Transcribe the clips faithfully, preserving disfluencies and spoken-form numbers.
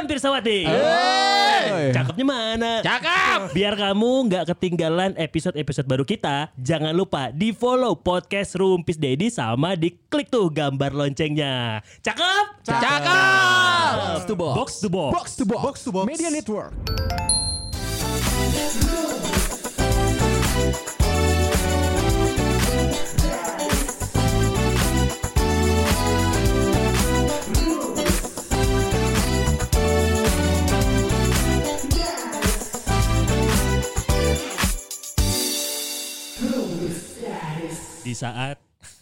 Telepon Pirsawati. Hey. Cakepnya mana? Cakep. Biar kamu gak ketinggalan episode-episode baru kita, jangan lupa di follow podcast Rumpis Dedi sama diklik tuh gambar loncengnya. Cakep? Cakep. Box to box. Box to box. Box to box. Box to box. Media Network. Di saat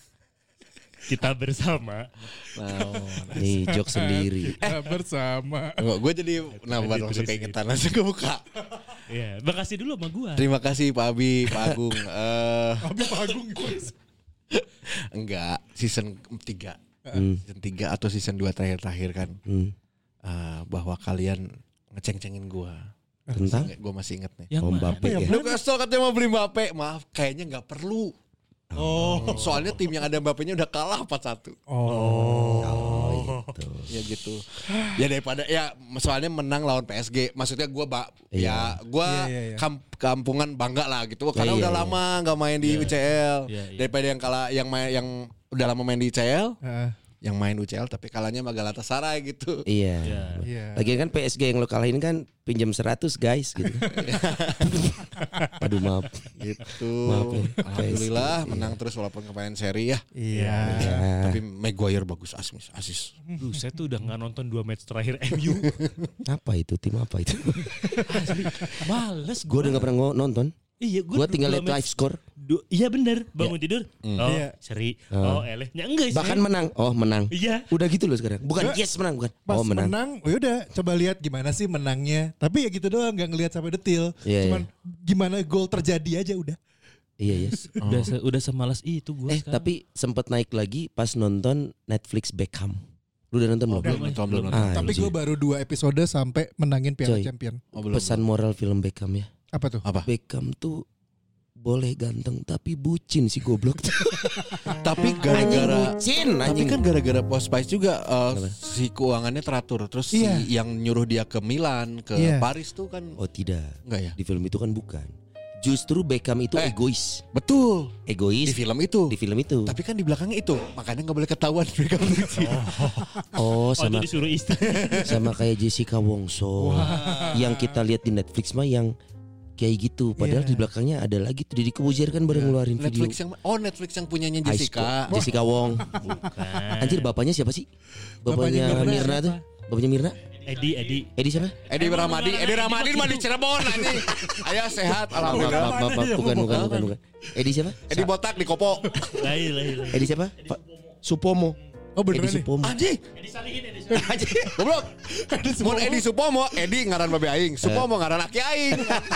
kita bersama. Nah, nih joke sendiri. Eh, bersama. Enggak, gue jadi nambah langsung keingetan langsung ke buka. Iya, makasih dulu sama gua. Terima kasih Pak Abi, Pak Agung. Eh Abi Pak Agung gimana sih? enggak, season tiga. Hmm. Season tiga atau season dua terakhir-terakhir kan. Hmm. Eh, bahwa kalian ngeceng-cengin gue. Tentang Gue masih inget nih. Yang Om mana? Bape ya. Lu kesel katanya mau beli Mbappe. Maaf, kayaknya nggak perlu. Oh, soalnya tim yang ada Mbappe-nya udah kalah empat satu. Oh, gitu. Ya gitu. Ya daripada ya soalnya menang lawan P S G. Maksudnya gue ba, ya gue Iya, iya, iya. kam- kampungan bangga lah gitu. Karena Iya, udah iya, lama nggak main di U C L. Iya, iya. Daripada yang kalah yang main yang udah lama main di U C L, Heeh. yang main U C L tapi kalahnya sama Galatasaray gitu. Iya. Iya. Iya. Lagian kan P S G yang lo kalahin kan pinjam seratus guys gitu. Aduh maaf. Gitu. Maaf ya. Alhamdulillah P S G, menang terus walaupun kemarin seri ya. Iya. Ya. Tapi Maguire bagus asis. asis. Duh, saya tuh udah gak nonton dua match terakhir M U. Apa itu tim apa itu? Asli, males Gue udah gak pernah ngo- nonton. Iya, Gue tinggal lihat live score. Du- iya bener, bangun tidur. Oh, Iya. seri. Oh, elehnya enggak sih. Bahkan menang. Oh menang. Iya. Udah gitu loh sekarang. Bukan Nggak. yes menang bukan. Pas Oh menang. menang, ya udah coba lihat gimana sih menangnya. Tapi ya gitu doang, nggak ngelihat sampai detil. Iya, Cuman gimana gol terjadi aja udah. Iya yes. Udah se- udah semalas itu gue. Eh tapi sempet naik lagi pas nonton Netflix Beckham. Lu udah nonton belum? Belum nonton, belum nonton. Ah, Tapi anjing. gue baru dua episode sampai menangin Piala Coy. Champion. Oh, belum. Pesan moral film Beckham ya. Apa tuh? Apa? Beckham tuh boleh ganteng tapi bucin si goblok. Tapi Anjing gara-gara bucin tapi anjing. kan gara-gara Post Spice juga uh, si keuangannya teratur. Terus Iya. si yang nyuruh dia ke Milan, ke Iya. Paris tuh kan Oh tidak. enggak ya? Di film itu kan bukan. Justru Beckham itu Eh. egois. Betul. Egois Di film itu. di film itu. Tapi kan di belakangnya itu, makanya nggak boleh ketahuan Beckham lucu. Oh Oh, sama itu disuruh istri. sama kayak Jessica Wongso. Yang kita lihat di Netflix mah yang kayak gitu. Padahal Iya. di belakangnya ada lagi tuh Deddy Kobuzier kan baru ngeluarin video. Netflix yang oh Netflix yang punyanya High Jessica. School. Jessica Wong. Bukan. Anjir bapaknya siapa sih? Bapaknya, Bapaknya Mirna, Mirna tuh. Bapaknya Mirna? Edi, Edi. Edi siapa? Edi Ramadi, Edi Ramadi mah di Cirebon anjing. Ayah sehat Maaf, alhamdulillah. maaf, maaf, maaf. Bukan, bukan, bukan, bukan. Edi siapa? Edi botak di Kopo. Lain, lain, lain. Edi siapa? Pak Supomo. Oh beneran Edi nih? Supomo. Anjing. Edi salihin, Edi salihin. Anjing. Goblok. Mun Edi Supomo, Edi ngaran babe aing. Supomo ngaran aki aing.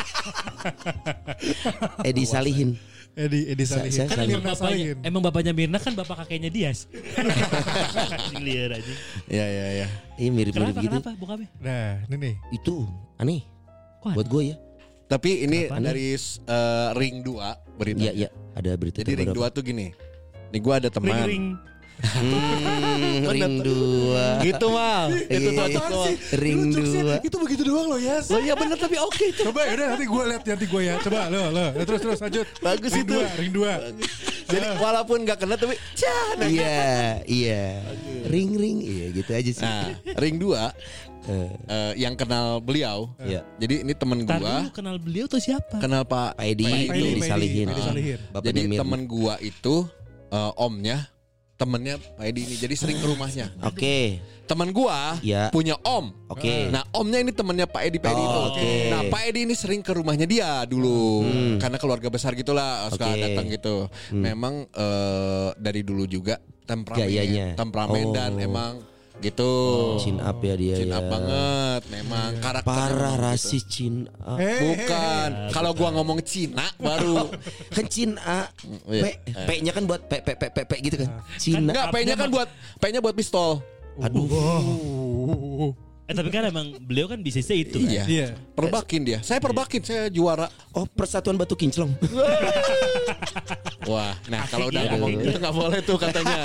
Edi Salihin. Edi Edi Sa- Salihin. saya Kan Salihin. Mirna Bapaknya, Salihin. emang bapaknya Mirna kan bapak kakeknya Dias. Anjing liar aja. Iya iya iya. Iya mirip-mirip Kenapa, gitu. kenapa bokapnya? Nah ini nih. Itu aneh. Kok aneh? Buat gue ya. Tapi ini Kenapa? dari uh, Ring dua berita. Iya, iya. Ada berita Jadi Ring terbaru. dua tuh gini. Nih gue ada teman. Ring, ring. Hmm, ring dua. Gitu mal. Itu Iya. cocok doang. Ring dua. Itu begitu doang loh Yas. Oh iya bener tapi oke itu. Coba ya udah nanti gue lihat nanti gue ya. Coba lo lo. Ya, terus terus lanjut. Bagus ring itu. dua, ring dua. Jadi walaupun nggak kena tapi cah. nah. Iya, iya. Ring ring. Iya gitu aja sih. Nah, Ring dua Eh, eh, yang kenal beliau. Iya. Jadi ini temen Tar gua, dulu kenal beliau tuh siapa? kenal Pak. Pak Edi, Pak Edi, Edi Pak Edi, Salihin. Edi Salihin. Bapaknya Jadi Mirna. temen gua itu eh, omnya temennya Pak Edi ini. Jadi sering ke rumahnya. Oke. Temen gua Iya. punya om. Oke. Nah omnya ini temennya Pak Edi Pak Edi Oh, itu. oke. Nah Pak Edi ini sering ke rumahnya dia dulu. Hmm. Karena keluarga besar gitulah suka Oke. datang gitu. Memang eh, dari dulu juga temperamen, Gayanya. temperamen Oh. dan emang gitu. Chin up ya dia Chin ya. up banget. Memang karakternya Parah memang rasis gitu. chin up. Eh, Bukan. Kalau gua ngomong Cina baru. Kan chin a. Iya. P, P-nya kan buat P P P P P gitu kan. Cina. Enggak, P-nya kan buat P-nya buat pistol. Aduh. Eh tapi kan emang beliau kan bisnisnya itu kan. Iya. Iya. Perbakin dia. Saya perbakin, saya juara. Oh, Persatuan Batu Kinclong. Wah, nah kalau udah Iya, ngomong iya. gitu nggak boleh tuh katanya.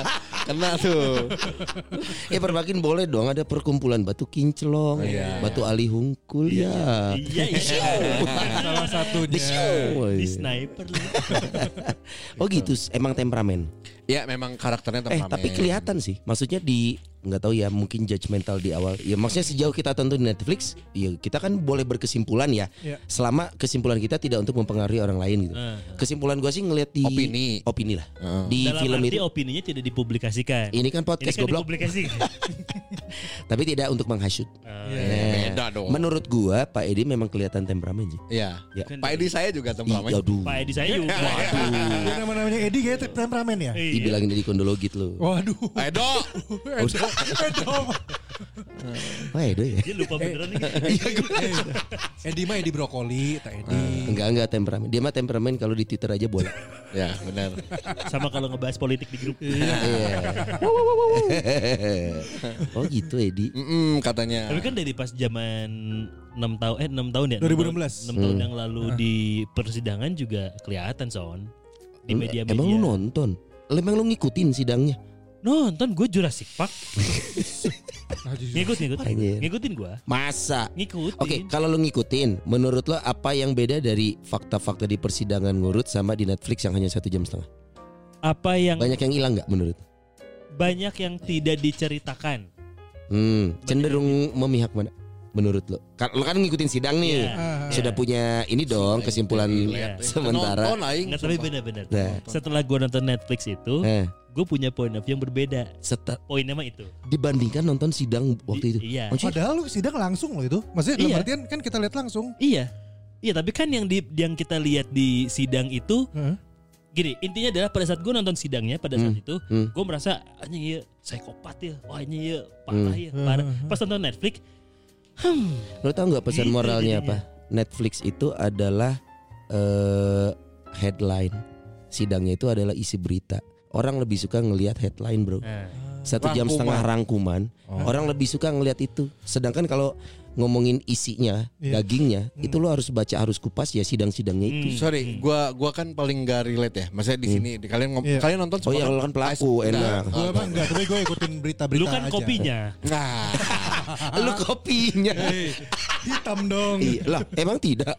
Kena tuh. Eh perbakin boleh dong, ada perkumpulan Batu Kinclong, Iya. Batu Ali Hungkul ya. Iya iya. Salah satunya. Di sniper lu. Oh gitu, emang temperamen. Ya memang karakternya Eh temperamen. tapi kelihatan sih, maksudnya di nggak tahu ya, mungkin judgmental di awal. Ya maksudnya sejauh kita tonton di Netflix, ya kita kan boleh berkesimpulan ya. Ya. Selama kesimpulan kita tidak untuk mempengaruhi orang lain gitu. Uh. Kesimpulan gua sih ngelihat di Opini. opini lah. Uh. Di Dalam film arti itu. opininya tidak dipublikasikan. Ini kan Ini podcast kan goblok, dipublikasikan. tapi tidak untuk menghasut. Uh, Nah, Beda dong. menurut gua Pak Edi memang kelihatan temperamen sih. Iya. Ya. Pak Edi saya juga temperamen. Ih, aduh. Pak Edi saya juga. Dia nama-namanya Edi kayak temperamen ya? Iya. Dibilangin dari kondologit lu. Waduh. Edo. Edo. Edo. Wah Edo ya. Dia lupa beneran nih. Eh, Edi mah Edi brokoli, tak Edi. Enggak enggak temperamen. Dia mah temperamen kalau di Twitter aja boleh. Ya benar. Sama kalau ngebahas politik di grup. Iya. Oh gitu Edi. Mm-mm, katanya. Tapi kan dari pas zaman enam tahun eh enam tahun ya. dua ribu enam belas. enam tahun yang lalu di persidangan juga kelihatan son. Di Lu- media-media. Emang lu nonton? Emang lu ngikutin sidangnya? Nonton gue Jurassic Park. Nah, jujur. Ngikut ngikut. Anjir. Ngikutin gue. Masa? Ngikutin. Oke, kalau lu ngikutin, menurut lo apa yang beda dari fakta-fakta di persidangan ngurut sama di Netflix yang hanya satu jam setengah? Apa yang Banyak yang hilang nggak menurut? banyak yang tidak diceritakan. Hmm, cenderung memihak mana? Menurut lo? Kan lo kan ngikutin sidang nih, Iya. Ah, sudah punya ini dong kesimpulan Iya. sementara. Nonton aing. Nggak, tapi sumpah. benar-benar. Nah, Setelah gue nonton Netflix itu, eh, gue punya point of view yang berbeda. seta- Poinnya mah itu. dibandingkan nonton sidang waktu itu. I- Iya. Anjir. Padahal lu sidang langsung loh itu. Maksudnya dalam Iya. artian kan kita lihat langsung. Iya. Iya, tapi kan yang di yang kita lihat di sidang itu Heeh. gini, intinya adalah pada saat gue nonton sidangnya pada saat Hmm. itu, Hmm. gue merasa anjing ya psikopat ya. Wah, ini ya parah ya, parah. Pas nonton Netflix, hmm, Lo tau nggak pesan Gitu moralnya jadinya. apa? Netflix itu adalah eh, headline. Sidangnya itu adalah isi berita. Orang lebih suka ngelihat headline, bro. nah, Satu jam Rangkuman. setengah rangkuman. Orang lebih suka ngelihat itu. Sedangkan kalau ngomongin isinya, Iya. dagingnya, itu lo harus baca, harus kupas ya sidang-sidangnya itu. Hmm. Sorry, gua gua kan paling gak relate ya. Maksudnya di sini di kalian ngom- Iya. kalian nonton Oh semua ya, lo kan pelaku, enak. Gue emang enggak, tapi gue ikutin berita-berita lu kan aja. kopinya. Nah, Lu kopinya. Hei, hitam dong. Iya, lah emang tidak.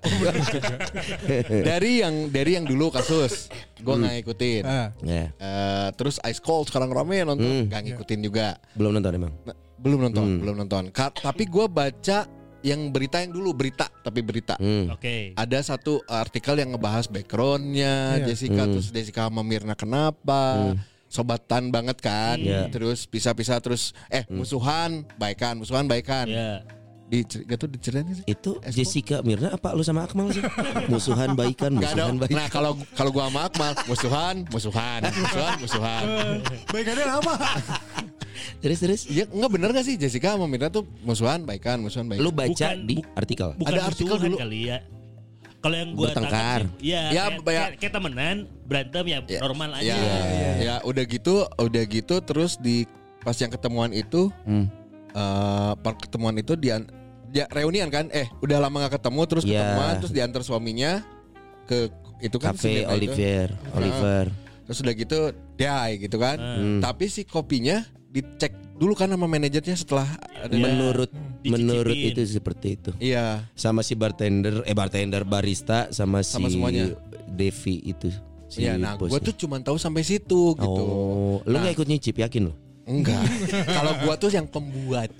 dari yang dari yang dulu kasus, gua nggak ngikutin. Ah, Ya, Eh, terus Ice Cold sekarang rame nonton, Hmm. nggak ngikutin juga. belum nonton emang. Nah, belum nonton, Hmm. belum nonton. Ka- tapi gua baca yang berita yang dulu berita, tapi berita. Hmm. Oke. Ada satu artikel yang ngebahas backgroundnya Iya. Jessica, Hmm. terus Jessica sama Mirna kenapa, sobatan banget kan, Iya. terus pisah-pisah, terus eh musuhan, baikan, musuhan, baikan. Ya. Di gak tuh diceritain sih? Itu Esco? Jessica Mirna apa lu sama Akmal sih? Musuhan baikan, Gak ada. musuhan baikan. Nah kalau kalau gua sama Akmal, musuhan, musuhan, musuhan, musuhan. baikannya lama. Terus terus Iya enggak bener gak sih Jessica sama Mirna tuh musuhan, baikan, musuhan, baikan. lu baca Bukan- di bu- artikel. Bukan Ada artikel musuhan dulu. kali ya. Kalau yang gua Bertengkar. tangkap sih, ya, Ya, kayak, ya. kayak- kayak temenan berantem ya, Ya. normal aja. Ya, ya udah gitu, udah gitu terus di pas yang ketemuan itu Hmm. eh pertemuan itu di ya, reunian kan? Eh, udah lama gak ketemu terus Ya. ketemuan terus diantar suaminya ke itu kan si Cafe Mirna itu. Oliver, Oliver. Terus udah gitu dia gitu kan. Hmm. Tapi si kopinya dicek dulu kan sama manajernya setelah ada Ya. Menurut Dicicipin. menurut itu seperti itu. Iya. Sama si bartender, eh bartender barista sama, Sama si semuanya. Devi itu. Si Iya, nah gue bosnya. tuh cuma tahu sampai situ gitu. Oh, lu Nah. nggak ikut nyicip yakin lo? Enggak. Kalau gua tuh yang pembuat.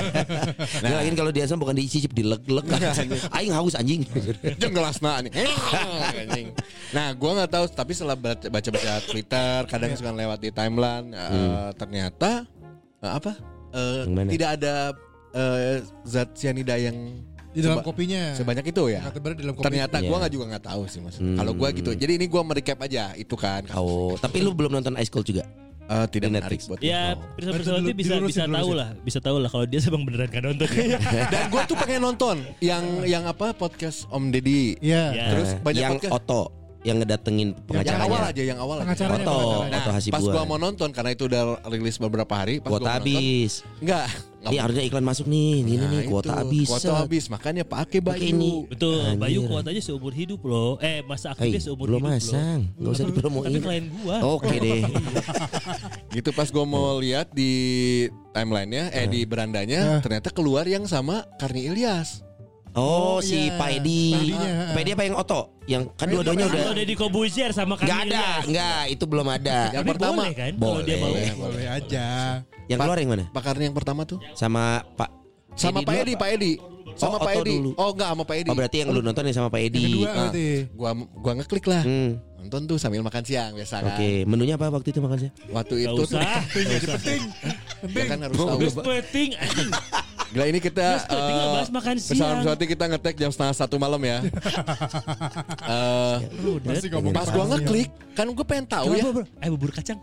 Nah, yakin kalau dia bukan dicicip dilek-lek. Aing haus anjing. Jeng gelasna nih. Anjing. Nah, gua nggak tahu tapi setelah baca- baca-baca Twitter, kadang suka lewat di timeline, eh, ternyata eh, apa? Eh, Yang mana? tidak ada eh, zat cyanida yang Di dalam seba- kopinya. sebanyak itu ya. Kata bener di dalam kopi. Ternyata Iya. gua nggak juga nggak tahu sih mas. Hmm. Kalau gua gitu. Jadi ini gua merecap aja itu kan. Oh, tapi lu belum nonton Ice Cold juga? Eh, tidak Di menarik Netflix. buat Ya, gua. pirsa-pirsa Nanti nanti dulu- bisa dilurusin, bisa tahu dilurusin. lah, bisa tahu lah kalau dia emang beneran gak nonton. Dan gua tuh pengen nonton yang yang apa podcast Om Deddy. Iya. Ya. Terus banyak yang podcast. Oto, yang ngedatengin Yang pengacaranya. awal aja, yang awal aja. Pengacaranya, Oto, pengacaranya. Nah, Oto pas Hasibuan. gua mau nonton karena itu udah rilis beberapa hari, pas Kuota gua mau nonton, habis. enggak, Ini harusnya iklan masuk nih, ini Nah, nih kuota itu, habis. Kuota set. habis, makanya pakai Pakai Bayu. ini. Betul, Anjir. Bayu kuotanya seumur hidup loh. Eh, masa Hey, aktifnya seumur belum hidup masang, loh. nggak usah dipromoin. Tapi klien gua. Oke deh. Gitu pas gua mau lihat di timelinenya, eh di berandanya, ternyata keluar yang sama Karni Ilyas. Oh, Oh, si iya. Pak Edi. Pak Edinya, Pak Edi apa yang Oto? Yang kan dua-duanya udah. Kalau Deddy Kobuzier sama Nggak Kang ada, Ilyas. nggak itu belum ada. Yang Tapi pertama. boleh kan? Kalau dia mau. Boleh. Boleh aja. Yang keluar yang mana? Pak Karni yang pertama tuh. Sama Pak. Sama Pak dulu Edi, apa? Pak Edi. Sama Oh, Pak Oto Edi. dulu. Oh, enggak sama Pak Edi. Oh berarti yang lu nonton yang sama Pak Edi. Yang kedua Nah, berarti. gua gua ngeklik lah. Hmm. Nonton tuh sambil makan siang biasa kan. Oke, menunya apa waktu itu makan sih? Waktu Gak itu tuh usah. Gak usah. Penting. ya kan harus tahu. Terus penting anjing. Gila ini kita Terus penting nggak bahas makan siang. Bersama Suati kita ngetek jam setengah satu malam ya. Eh, Masih ngomong pas gua ngeklik kan gue pengen tahu ya. Kenapa, bro? Eh bubur kacang.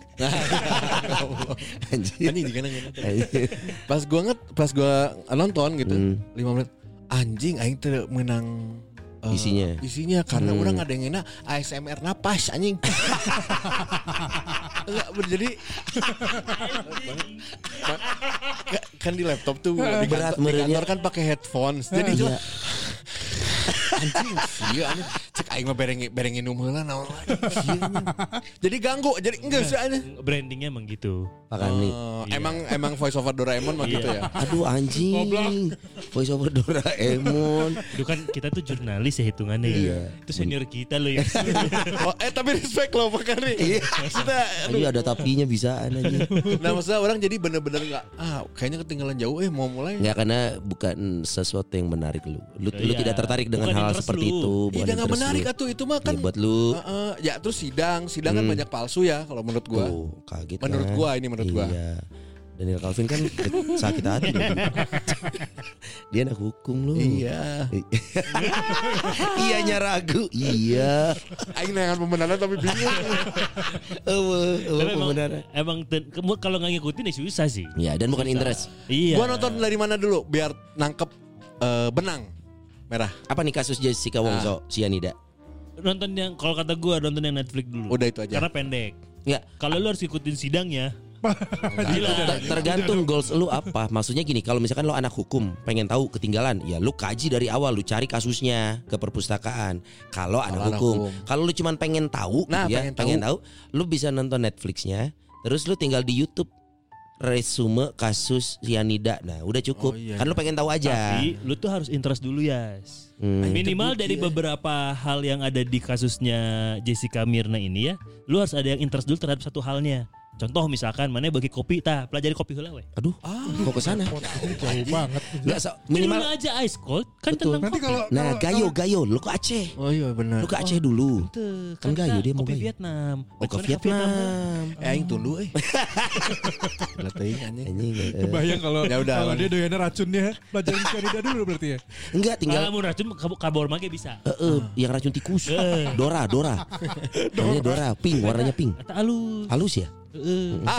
Anjir. Kan ini kan Anjir. pas gua nget pas gua nonton gitu Hmm. lima menit anjing aing teu menang eh, Isinya. isinya karena Hmm. orang ada yang enak A S M R napas anjing. Enggak jadi Ka- kan di laptop tuh di Berat kantor, di merenya. kantor kan pakai headphones. Jadi Iya. cuma anjing iya anjing cek aing mah bereng bereng minum heula naon lagi. Sia, anjing. Jadi ganggu jadi enggak sih anjing. Brandingnya emang gitu. Pak Karni. Oh, emang emang voice over Doraemon mah gitu ya. Aduh anjing. Voice over Doraemon. Itu kan kita tuh jurnalis ya hitungannya. Iya. Itu senior kita loh ya. Oh, eh tapi respect loh Pak Karni. Iya. Maksudnya, aduh. Aduh ada tapinya bisaan aja. Nah maksudnya orang jadi bener-bener nggak ah kayaknya ketinggalan jauh eh mau mulai. Enggak karena bukan sesuatu yang menarik lu. Lu, lu Iya. tidak tertarik dengan Bukan hal interest seperti lu. itu. Iya bukan nggak interest menarik lu. atuh itu mah kan. Ya, buat lu. Uh, uh, ya terus sidang sidang kan Hmm. banyak palsu ya kalau menurut gua. Tuh, kaget Menurut kan. gua ini menurut gua. Iya. Daniel Calvin kan sakit hati loh. Dia anak hukum lu. Iya. Iyanya ragu. Iya. Aing nangan pembenaran tapi bingung. Eueuh, eueuh Tapi emang, pembenaran. emang ten- kamu kalau nggak ngikutin ya susah sih. Iya, dan bukan interest. Iya. Gua nonton dari mana dulu biar nangkep eh, benang merah. Apa nih kasus Jessica Wongso, Cyanida? Nonton yang kalau kata gua nonton yang Netflix dulu. Udah itu aja. Karena pendek. Enggak. Kalau lu harus ikutin sidangnya. Ter- tergantung goals lu apa. Maksudnya gini, kalau misalkan lu anak hukum pengen tahu ketinggalan, ya lu kaji dari awal, lu cari kasusnya ke perpustakaan. Kalau anak anak hukum, hukum. kalau lu cuman pengen tahu, Nah, gitu ya, pengen tahu. pengen tahu, lu bisa nonton Netflixnya. Terus lu tinggal di YouTube resume kasus cyanida. Nah, udah cukup. Oh, iya, Kan lu pengen tahu aja. Tapi lu tuh harus interest dulu ya. Hmm. Minimal dari beberapa hal yang ada di kasusnya Jessica Mirna ini ya, lu harus ada yang interest dulu terhadap satu halnya. Contoh misalkan mana bagi kopi tah, pelajari kopi heula we. Aduh, kok ke sana? Jauh banget. Enggak so, Minimal minimal. aja ice cold kan Betul. tentang Nanti kopi. kalau Nah, kalau- gayo gayo, lu ke Aceh. Oh iya benar. Lu ke Aceh dulu. Tuh, Kan kita gayo dia mau kopi gayo. Vietnam. Oh, ke Bagaimana Vietnam. Eh aing tundu euy. Gila teuing anjing. Anjing, eh. Kebayang kalau Ya udah, kalau Bang. dia doyannya racunnya pelajarin cyanida dulu berarti ya. Enggak, tinggal Kalau mau racun kab- kabor make bisa. Eh, eh, yang racun tikus. Dora, Dora. Namanya Dora, pink, warnanya pink. Kata alus. Halus ya? Heeh. Ah,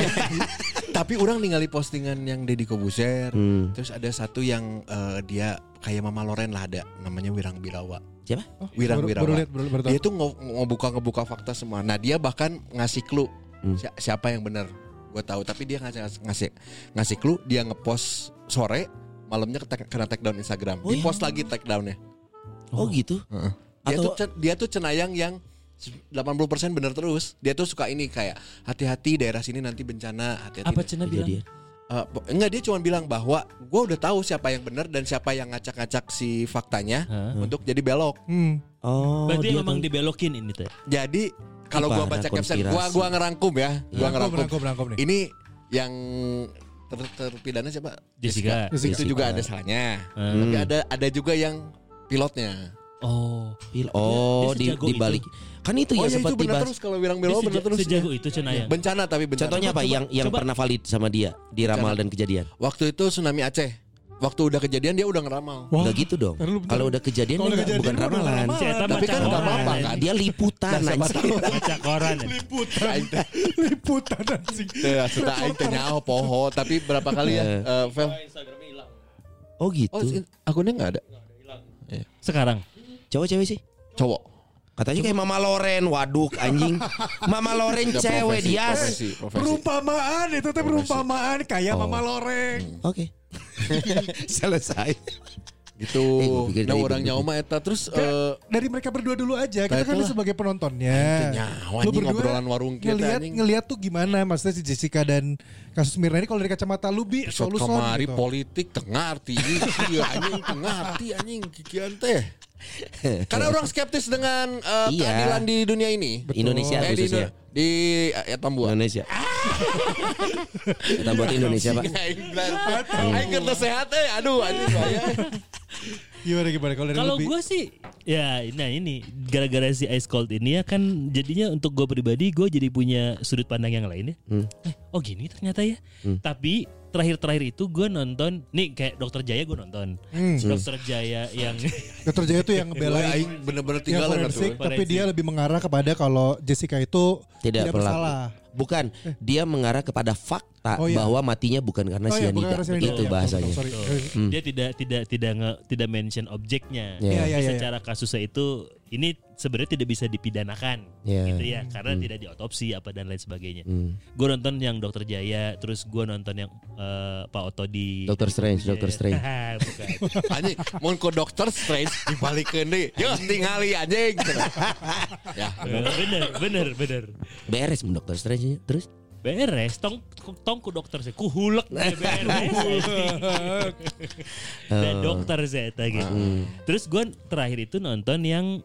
tapi orang ningali postingan yang Deddy Kobuzer. Hmm. Terus ada satu yang eh, dia kayak Mama Loren lah ada namanya Wirang Birawa. Siapa? Oh, Wirang baru, Wirawa. baru lihat baru, baru tahu. Dia tuh nge- ngebuka ngebuka fakta semua. Nah dia bahkan ngasih clue Hmm. si- siapa yang benar. Gue tahu. Tapi dia ngasih ngasih ngasih clue. Dia ngepost sore, malamnya kena kena take down Instagram. Oh, Di post lagi take downnya. Oh gitu. Dia Atau- tuh cen- dia tuh cenayang yang delapan puluh persen benar terus. Dia tuh suka ini kayak hati-hati daerah sini nanti bencana. Hati-hati. Apa Cina bilang? Kejadian. Eh, po- enggak dia cuma bilang bahwa gue udah tahu siapa yang benar dan siapa yang ngacak-ngacak si faktanya Hah? untuk jadi belok. Hmm. Oh, Berarti dia memang tahu. dibelokin ini teh. Jadi kalau gue Parah, baca caption, gue konspirasi. gua ngerangkum ya, gue Rangkum, ngerangkum. rangkum, rangkum nih. Ini yang ter terpidana siapa? Jessica. Itu Jessica. juga ada salahnya. Hmm. Tapi ada ada juga yang pilotnya. Oh. Pil- Oh, Dia di sejago di balik. Kan itu Oh ya ya sempat itu benar dibahas. terus kalau bilang Dia belo seja- benar terus. sejago ya. itu Cenayang. Bencana tapi bencana. Contohnya apa Coba- yang yang coba. pernah valid sama dia di ramal dan kejadian? Waktu itu tsunami Aceh. Waktu udah kejadian dia udah ngeramal. Wah. Enggak gitu dong. Ntar lu bentar. Kalau udah kejadian Kalau dia udah nggak- bukan kejadian udah ramalan. ramalan. Si Eta Tapi baca kan nggak koran, apa-apa, anjing. kan? Dia liputan Nah, siapa anjing. Baca koran. anjing. Liputan. Liputan anjing. Teh asuta aing teh nyaho poho tapi berapa kali ya? Eh. eh, Vel? Oh gitu. Oh, si- akunnya enggak ada. Sekarang Cowok cewek sih? Cowok. Katanya kayak Mama Loren, waduk anjing. Mama Loren Udah cewek profesi, dia. profesi, profesi. Perumpamaan itu teh perumpamaan kayak Oh. Mama Loreng. Oke. Selesai. Gitu. Eh, gua pikir Nah dari orang itu. nyawa mah eta terus eh, Dari mereka berdua dulu aja. Kita Nah, kan itulah. sebagai penontonnya. nyawa Lu anjing berdua obrolan warung kita ngelihat anjing. ngelihat tuh gimana maksudnya si Jessica dan kasus Mirna ini kalau dari kacamata lu bi Episode soluson kemari gitu. politik tengah arti iya anjing tengah arti anjing kikian teh. Karena orang skeptis dengan eh, Iya. keadilan di dunia ini. Indonesia Eh, di, khususnya. di ya Tambua. Indonesia. Kita buat Indonesia, Pak. Aing kerja sehat eh aduh anjing saya. Gimana gimana kalau dari Kalau lu, Bi? gue sih, ya nah ini gara-gara si Ice Cold ini ya kan jadinya untuk gue pribadi gue jadi punya sudut pandang yang lain ya. Hmm. Eh, oh gini ternyata ya. Tapi terakhir-terakhir itu gue nonton, nih kayak Dokter Jaya gue nonton. Hmm. Dokter Jaya yang Dokter Jaya tuh yang belain Aing bener-bener yang tinggalan forensik, atuh. tapi dia lebih mengarah kepada kalau Jessica itu Tidak, tidak, pelaku. bersalah. Bukan, dia mengarah kepada fakta Oh, iya. bahwa matinya bukan karena Oh iya, cyanida. bukan karena cyanida. Itu Ya, bahasanya. sorry, sorry. Hmm. dia tidak tidak tidak nge, tidak mention objeknya. Iya. Iya, Tapi iya, iya. secara kasusnya itu ini sebenarnya tidak bisa dipidanakan, Iya. gitu ya, karena tidak diotopsi apa dan lain sebagainya. Hmm. Gue nonton yang Dokter Jaya, terus gue nonton yang eh, Pak Oto di Doctor Strange, Doctor Strange. Bukan. Anjing mun ku Doctor Strange dibalikeun deui. Yo tingali anjing. Ya. bener bener bener Beres mun Doctor Strange terus. beres tong tong ku dokter saya ku hulek beres dan dokter saya eta gitu. Terus gue terakhir itu nonton yang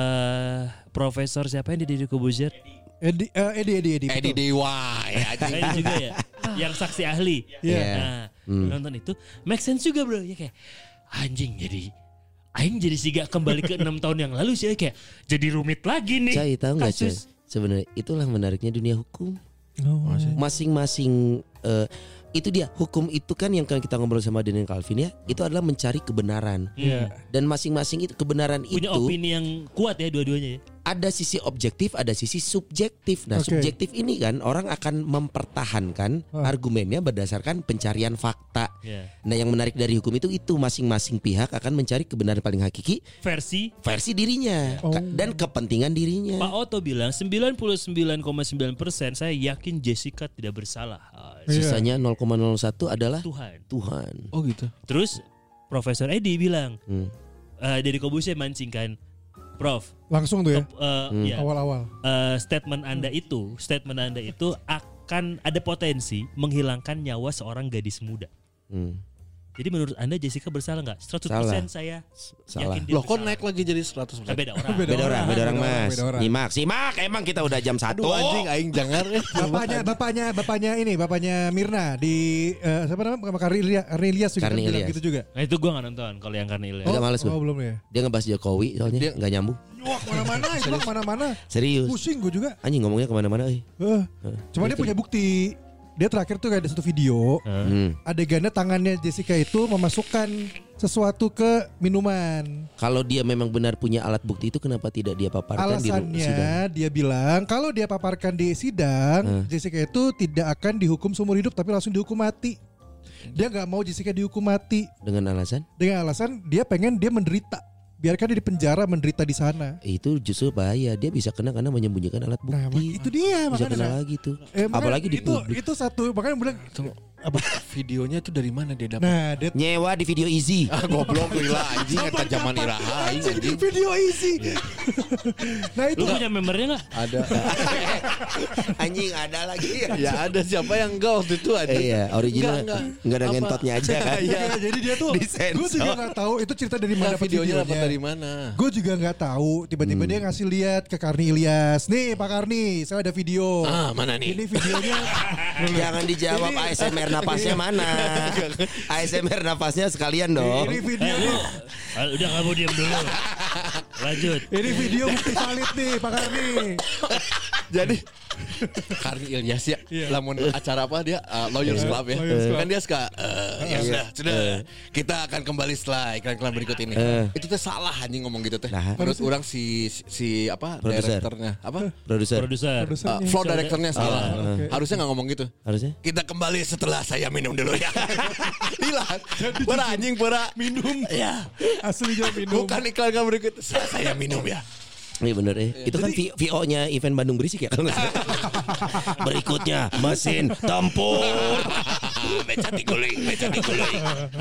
eh Profesor siapa yang di Deddy Corbuzier? Edi, eh, Edi, Edi, Edi. Edi betul. Dewa ya anjing. Kayaknya juga ya, yang saksi ahli. Iya. Nah, nonton itu make sense juga bro, ya kayak anjing jadi Aing jadi sih gak kembali ke enam tahun yang lalu sih kayak jadi rumit lagi nih. Cai tahu nggak Cai? kasus. Sebenarnya itulah menariknya dunia hukum. Oh, Masing-masing eh, itu dia hukum itu kan yang kan kita ngobrol sama Daniel Calvin ya, itu adalah mencari kebenaran. Iya. Dan masing-masing itu kebenaran Punya itu opini yang kuat ya dua-duanya ya. ada sisi objektif, ada sisi subjektif. Nah, Oke. subjektif ini kan orang akan mempertahankan Ah. argumennya berdasarkan pencarian fakta. Ya. Nah, yang menarik dari hukum itu itu masing-masing pihak akan mencari kebenaran paling hakiki Versi versi dirinya Oh. ka- dan kepentingan dirinya. Pak Oto bilang sembilan puluh sembilan koma sembilan persen saya yakin Jessica tidak bersalah. Ah, Iya. Sisanya nol koma nol satu adalah Tuhan. Tuhan. Oh gitu. Terus Profesor Edi bilang, Hmm. eh dari Corbuzier mancingkan, Prof, Langsung tuh ya. top, eh, ya, Awal-awal. eh, statement Anda itu, statement Anda itu akan ada potensi menghilangkan nyawa seorang gadis muda. Hmm. Jadi menurut Anda Jessica bersalah nggak? seratus persen saya Salah. yakin dia Loh kok bersalah. naik lagi jadi seratus Kan persen? beda orang. Beda orang, beda orang mas. beda orang. Nyimak, simak. Emang kita udah jam satu. Aduh anjing aing jangan eh. Bapaknya, bapaknya, bapaknya ini, bapaknya Mirna di eh, siapa namanya? Sama Karni Ilyas, Karni Ilyas juga Karni kan bilang Ilyas. gitu juga. Nah itu gue nggak nonton kalau yang karena Ilya. Agak males gue. Oh belum ya. Dia ngebahas Jokowi soalnya Dia- nggak nyambung. Wah kemana-mana, itu kemana-mana. Serius. Pusing gue juga. Anjing ngomongnya kemana-mana. Eh. Eh, Cuma dia punya bukti. Dia terakhir tuh kayak ada satu video. Hmm. Adegannya tangannya Jessica itu memasukkan sesuatu ke minuman. Kalau dia memang benar punya alat bukti itu kenapa tidak dia paparkan di ru- sidang? Alasannya dia bilang kalau dia paparkan di sidang, Jessica itu tidak akan dihukum seumur hidup tapi langsung dihukum mati. Dia nggak mau Jessica dihukum mati Dengan alasan dengan alasan dia pengen dia menderita. Biarkan dia di penjara menderita di sana. itu justru bahaya. Dia bisa kena karena menyembunyikan alat Nah, bukti. itu dia bisa makanya. kena lagi tuh. Eh, makanya Apalagi di itu, publik. itu satu makanya bilang Apa videonya itu dari mana dia dapat? nah dia Nyewa di video easy. Ah goblok lila anjing eta zaman iraha aing anjing. video isi. Nah itu Lu punya membernya nggak? Ada. Anjing ada lagi. Ya ada siapa yang enggak waktu itu ada. Eh, iya, original Enggak, nggak ada Apa? ngentotnya aja kan. Iya. Ya, jadi dia tuh Disensor. gue juga nggak tahu itu cerita dari mana Nah, dapat videonya dapat videonya. dari mana? Gue juga nggak tahu. Tiba-tiba dia ngasih lihat ke Karni Ilyas. Nih Pak Karni, saya ada video. Ah, mana nih? Ini videonya. Jangan dijawab Ini- A S M R napasnya mana. A S M R napasnya sekalian dong. Ini video. Ah, udah kamu diam dulu. Lanjut. Ini video bukti valid nih Pak Karni. Jadi Karni Ilyas ya, lamun acara apa dia uh, Lawyers Club ya, Lawyers Club. kan dia suka uh, ya sudah, sudah, kita akan kembali setelah iklan-iklan berikut ini. Itu teh salah anjing ngomong gitu teh. Nah. Menurut orang si si apa Produser. direkturnya apa Produser. Produser. uh, Produsernya. flow directornya salah. oke. Harusnya nggak ngomong gitu. Harusnya? Kita kembali setelah saya minum dulu ya. Hilang. Pura anjing pura minum. Ya. Aslinya minum. Bukan iklan-iklan berikut. Setelah saya minum ya. Iya bener ya. Itu kan V O-nya event Bandung Berisik ya kalau nggak salah. Berikutnya mesin tempur. Meja diguling, meja diguling.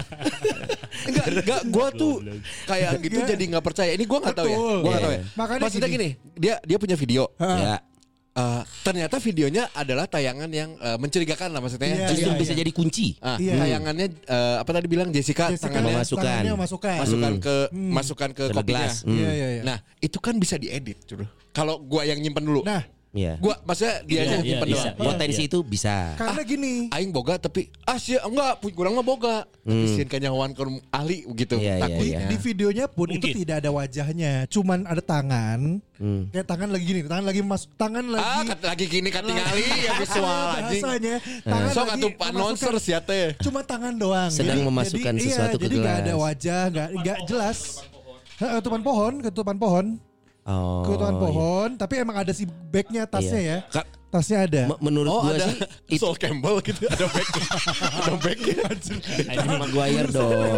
Enggak, enggak, gue tuh kayak gitu jadi nggak percaya. Ini gue nggak tahu ya, gue nggak tahu ya. Makanya Maksudnya gini. gini, dia dia punya video. Ya. Uh, ternyata videonya adalah tayangan yang uh, mencurigakan lah maksudnya. Iya, Justru iya, bisa iya. jadi kunci. Ah, Iya. tayangannya uh, apa tadi bilang Jessica, Jessica tangannya memasukkan. tangannya memasukkan. masukkan Hmm. ke masukkan ke Ke kopinya. gelas. Hmm. Iya iya iya. Nah, itu kan bisa diedit, Curu. Kalau gua yang nyimpen dulu. Nah, Iya. Gua maksudnya dia Iya, yang iya, nyimpen bisa. doang. Potensi Iya. itu bisa. karena gini. Aing boga tapi ah sih enggak, kurang mah boga. Tapi sieun kanyahoan ke ahli gitu. Iya, iya, Takutnya. iya. Di videonya pun Mungkin. itu tidak ada wajahnya, cuman ada tangan. Hmm. Kayak tangan lagi gini, tangan lagi mas, tangan lagi. Ah, kat- lagi gini katingali ya visual anjing. Bahasanya, tangan Sok lagi atuh announcer memasukkan- sia teh. Cuma tangan doang. Sedang memasukkan jadi, sesuatu iya, ke jadi nggak ada gelas. wajah, nggak nggak jelas. Heeh, ketupan pohon, ketupan pohon, Oh. ketupan iya. pohon. Tapi emang ada si bagnya, tasnya Iya. ya. Ka- Tasnya ada. M- menurut Oh, gua ada sih itu Sol Campbell gitu, ada back. Ada back. Harry Maguire dong.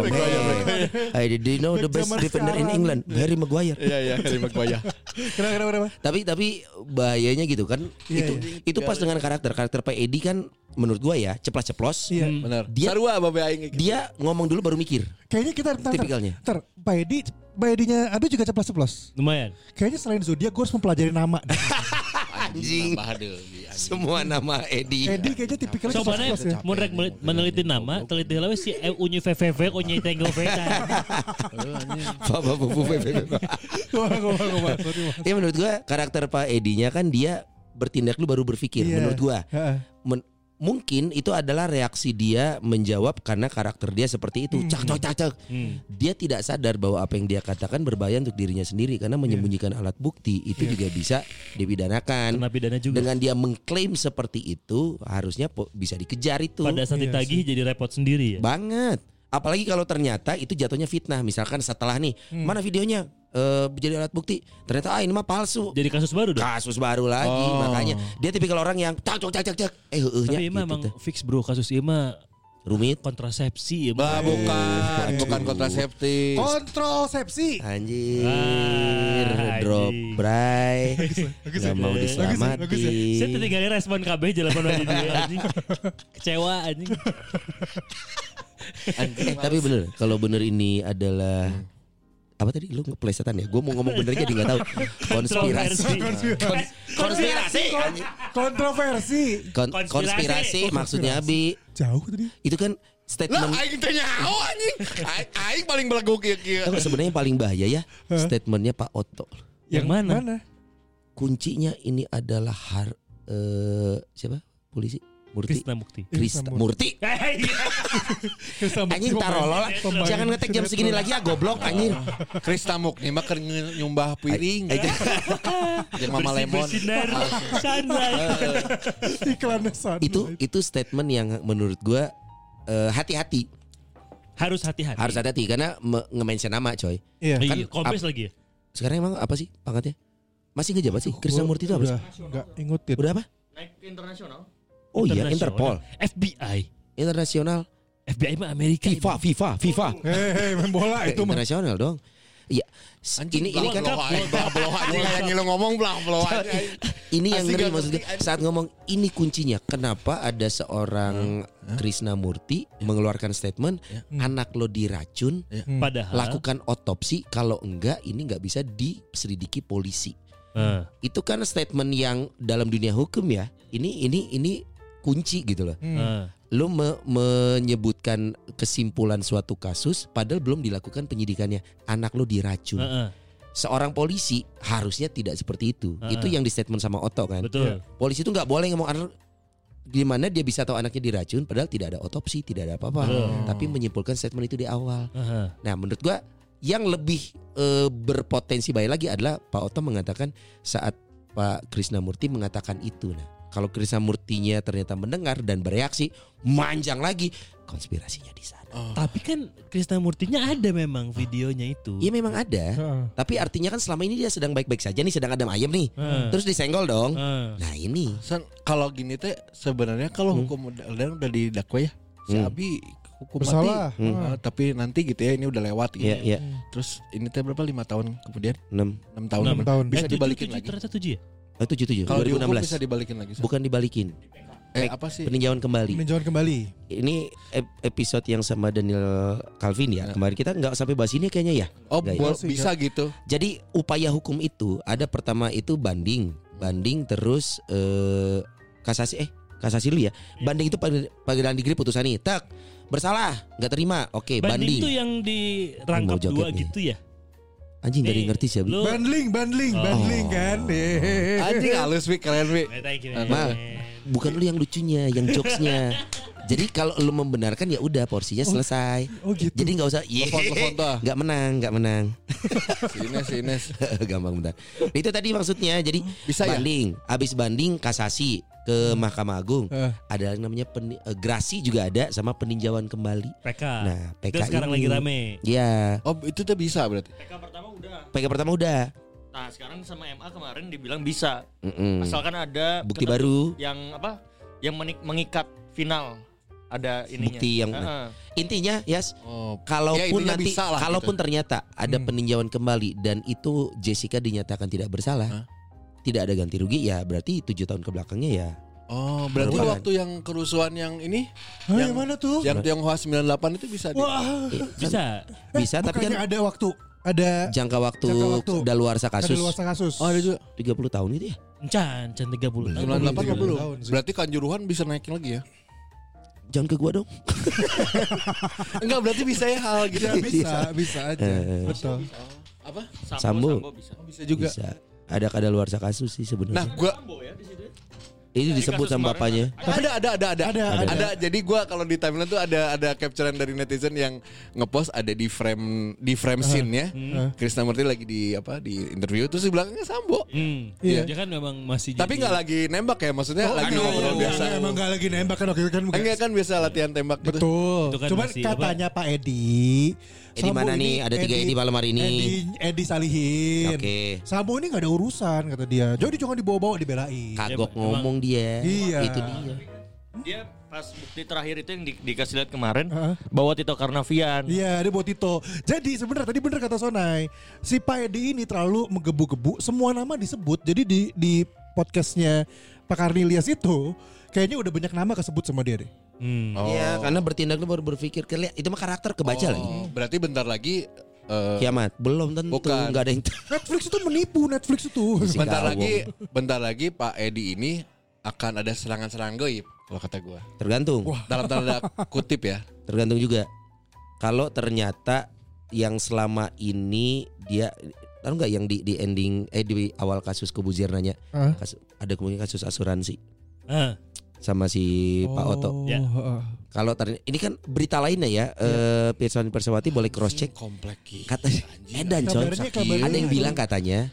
Hey, do you know the best Zaman defender in sekarang. England? Harry Maguire. Iya iya, Harry Maguire. Kenapa kenapa kenapa? Tapi tapi bahayanya gitu kan. Iya, itu iya. itu pas dengan karakter karakter Pak Edi kan menurut gua ya ceplas-ceplos. Iya. Benar. Dia- Sarua babe aing gitu. Dia ngomong dulu baru mikir. Kayaknya kita ntar, Tipikalnya. Ntar, Pak Edi, Pak Edinya Abi juga ceplos-ceplos. Lumayan. Kayaknya selain zodiak gue harus mempelajari nama. Anjing. Semua nama Edi. Edi kayaknya tipikalnya Coba nih, ceplos-ceplos ya. mau rek meneliti nama, teliti lawe si unyu V V V onye tenggo veta. Bapak bubu bebe. Wah, wah, wah, wah, sorry, Mas. Ya menurut gua karakter Pak Edinya kan dia bertindak dulu baru berpikir. Iya. Menurut gua. Heeh. Men- mungkin itu adalah reaksi dia menjawab karena karakter dia seperti itu. Cak cak cak cak. Hmm. Dia tidak sadar bahwa apa yang dia katakan berbahaya untuk dirinya sendiri karena menyembunyikan alat bukti itu Iya. juga bisa dipidanakan. Kena pidana juga. Dengan dia mengklaim seperti itu harusnya po- bisa dikejar itu. Pada saat Iya ditagih jadi repot sendiri ya. Banget. Apalagi kalau ternyata itu jatuhnya fitnah. Misalkan setelah nih, mana videonya? Eh jadi alat bukti. Ternyata ah ini mah palsu. Jadi kasus baru dong. Kasus baru lagi. Oh. Makanya dia tipikal orang yang cak cak cak cak. Eh heueuhnya Tapi gitu emang teh. fix bro kasus ieu mah Rumit. kontrasepsi ya. Bah, Bro. bukan, bukan kontrasepsi. Kontrosepsi. Anjir, Ah, drop anjing. bray, Bagus nggak ya? mau Bagus ya? Bagus ya? diselamatin. Saya tinggal respon K B jalan di dia anjing. Kecewa anjing. Eh, tapi bener, kalau bener ini adalah apa tadi lu ngeplesetan ya? Gue mau ngomong bener jadi nggak tahu. Konspirasi, Kontroversi. konspirasi, Kontroversi. Kon- Konspirasi. konspirasi maksudnya Abi Jauh tadi. itu kan Lah statement. aing teh nyaho anjing. Aing, aing paling belagu kieu-kieu. Tahu nggak sebenarnya yang paling bahaya ya statementnya Pak Otto. Yang mana? Mana? Kuncinya ini adalah har eh, siapa? Polisi Murti. Krisna Mukti. Krista Murti. Krisna Mukti Anjing taruh lo lah. pemain Jangan ngetek jam segini lagi ya goblok anjing. Krista Mukti mah keur nyumbah piring. Jeung Mama Lemon. Bersinar sunlight. Iklannya sana. Itu itu statement yang menurut gua eh, hati-hati. Harus hati-hati. Harus hati-hati karena me- nge-mention nama coy. Iya. Iya, kan kompres ap- lagi ya. Sekarang emang apa sih pangkatnya? Masih ngejabat sih? Krisna Murti itu apa sih? Enggak ingetin. Udah apa? Naik internasional. Oh iya Internasional. Interpol. F B I. Internasional. F B I mah Amerika. FIFA, FIFA, FIFA. Hei, main bola Eh, itu mah. internasional dong. Iya. S- Ini ini kan belah anjing kayak ngilu ngomong belah belah ini yang Asli ngeri gak maksudnya ngerti, anjing. saat ngomong ini kuncinya kenapa ada seorang Krisna Murti mengeluarkan statement anak lo diracun Padahal. lakukan otopsi kalau enggak ini nggak bisa diselidiki polisi. Eh, Itu kan statement yang dalam dunia hukum ya. Ini ini ini kunci gitu loh. eh. Lo me- menyebutkan kesimpulan suatu kasus padahal belum dilakukan penyidikannya. Anak lo diracun. Eh, eh. Seorang polisi harusnya tidak seperti itu. Heeh. Itu yang di statement sama Otto kan. Betul. Polisi itu nggak boleh ngomong anak gimana dia bisa tahu anaknya diracun padahal tidak ada otopsi, tidak ada apa-apa. Betul. Tapi menyimpulkan statement itu di awal. Eh, eh. Nah, menurut gua yang lebih eh, berpotensi bahaya lagi adalah Pak Otto mengatakan saat Pak Krisna Murti mengatakan itu. Nah, kalau Krisna Murtinya ternyata mendengar dan bereaksi, manjang lagi konspirasinya di sana. Tapi kan Krisna Murtinya ada memang videonya itu. Iya memang ada. Heeh. Tapi artinya kan selama ini dia sedang baik-baik saja nih, sedang adem ayem nih. Hmm. Terus disenggol dong. Eh. Nah, ini San, kalau gini teh sebenarnya kalau hukum udah udah udah didakwa ya. Si Hmm. Abi hukum Bersalah. mati. Hmm. Uh, tapi nanti gitu ya ini udah lewat gitu. Iya, iya. Terus ini teh berapa lima tahun kemudian? enam. enam tahun. Enam tahun. Bisa Eh, dibalikin tujuh, lagi. Ternyata tujuh ya? Oh, tujuh tujuh. Kalau dua ribu enam dihukum belas. bisa dibalikin lagi. Sa? Bukan dibalikin. Eh apa sih? Peninjauan kembali. Peninjauan kembali. Ini ep- episode yang sama Daniel Calvin ya. Kemarin kita nggak sampai bahas ini kayaknya ya. Oh Nggak ya? bol- bisa gitu. Jadi upaya hukum itu ada pertama itu banding, banding terus eh, kasasi eh kasasi lu ya. Banding itu pengadilan pengadilan negeri putusan nih, tak bersalah, nggak terima, oke Banding banding. tuh yang dirangkap Mau joget dua nih. gitu ya? Anjing gak ada yang Nih, ngerti sih. Abi. lu- Bandling, bandling, Oh. bandling kan. Hehehe. Anjing halus Wi, keren Wi. Eh, thank you, Ma, man. Bukan lu yang lucunya, yang jokesnya. Jadi kalau lu membenarkan ya udah porsinya selesai. Oh gitu. Jadi nggak usah, iya, Telepon-telepon tuh. nggak menang, nggak menang. Si Ines, si Ines. Gampang bentar. Itu tadi maksudnya. Jadi Bisa ya? banding, abis banding kasasi ke Mahkamah Agung. Eh. Ada yang namanya peni- eh, grasi juga ada sama peninjauan kembali. P K. Nah, P Itu K sekarang ini. lagi rame. Iya, Oh itu tuh bisa berarti. P K pertama udah. P K pertama udah. Nah sekarang sama M A kemarin dibilang bisa. Mm-mm. Asalkan ada Bukti ketentu- baru. yang apa? Yang menik- mengikat final. Ada ininya. Bukti yang Heeh. intinya, Yas, Oh. kalaupun Ya, intinya nanti, bisa lah kalaupun gitu. ternyata ada Hmm. peninjauan kembali dan itu Jessica dinyatakan tidak bersalah, Hah? tidak ada ganti rugi, ya berarti tujuh tahun kebelakangnya ya. Oh berarti Berapa? waktu yang kerusuhan yang ini, Hah, yang- yang mana tuh? yang Tionghoa sembilan puluh delapan itu bisa. di- Wah. Eh, kan Bisa. bisa, tapi Bukannya kan ada waktu, ada jangka waktu, Jangka waktu. daluarsa ada kasus luas kasus. Oh ada juga. tiga puluh tahun itu ya. Encan, encan tiga puluh tahun. sembilan puluh delapan tiga belum. puluh tahun sih. Berarti Kanjuruhan bisa naikin lagi ya? Jangan ke gua dong. Enggak berarti bisa ya hal gitu. Ya, bisa, bisa aja. Eh. Betul. Apa? Sambo, Sambo. Sambo bisa. Bisa juga. Bisa. Ada kadaluarsa kasus sih sebenarnya. Nah gua Sambo ya di situ. Ini Di disebut kasus sama kemarin bapaknya. ada ada ada ada Ada, ada, ada. Jadi gua kalau di timeline tuh ada ada capturean dari netizen yang ngepost ada di frame di frame scene-nya. Uh. Krisnamurti lagi di apa di interview terus di belakangnya Sambo. Hmm. Iya. Dia kan memang masih Tapi jadi- nggak lagi nembak ya, maksudnya lagi Aduh, ngobrol biasa. enggak, emang gak lagi nembak kan waktu itu kan bukan. Enggak kan biasa latihan tembak gitu. Betul. Itu kan Cuman masih katanya Pak Edi. Edi Sambo mana ini nih? Ada tiga Edi malam hari ini. Edi, Edi Salihin. Oke. Sambo ini gak ada urusan kata dia. Jadi jangan dibawa-bawa dibelain. Kagok Ya, ngomong dia. Iya. Itu dia. Dia pas bukti terakhir itu yang di- dikasih lihat kemarin Heeh. bawa Tito Karnavian. Iya, dia bawa Tito. Jadi sebenarnya tadi bener kata Sonai, si Pak Edi ini terlalu menggebu-gebu, semua nama disebut. Jadi di di podcastnya Pak Karnilias itu kayaknya udah banyak nama kesebut sama dia deh. Hmm. Oh. Iya, karena bertindak lu baru berpikir kelihatan itu mah karakter kebaca Oh, lagi. Berarti bentar lagi eh, Kiamat belum tentu, Bukan. nggak ada yang Netflix itu menipu, Netflix itu. Si bentar Gawong. lagi bentar lagi Pak Edi ini akan ada serangan-serangan goib kalau kata gua. tergantung. Dalam tanda kutip ya. Tergantung juga. Kalau ternyata yang selama ini dia tahu nggak yang di di ending eh di awal kasus Kobuzier nanya Hah? kasus, ada kemungkinan kasus asuransi Ah, sama si Pak Oto. Ya. heeh. Kalau ternyata ini kan berita lainnya ya, eh Pirsawan Persawati boleh cross check. Komplek gitu. Kata edan coy. Kabarnya- kabarnya- Ada yang bilang katanya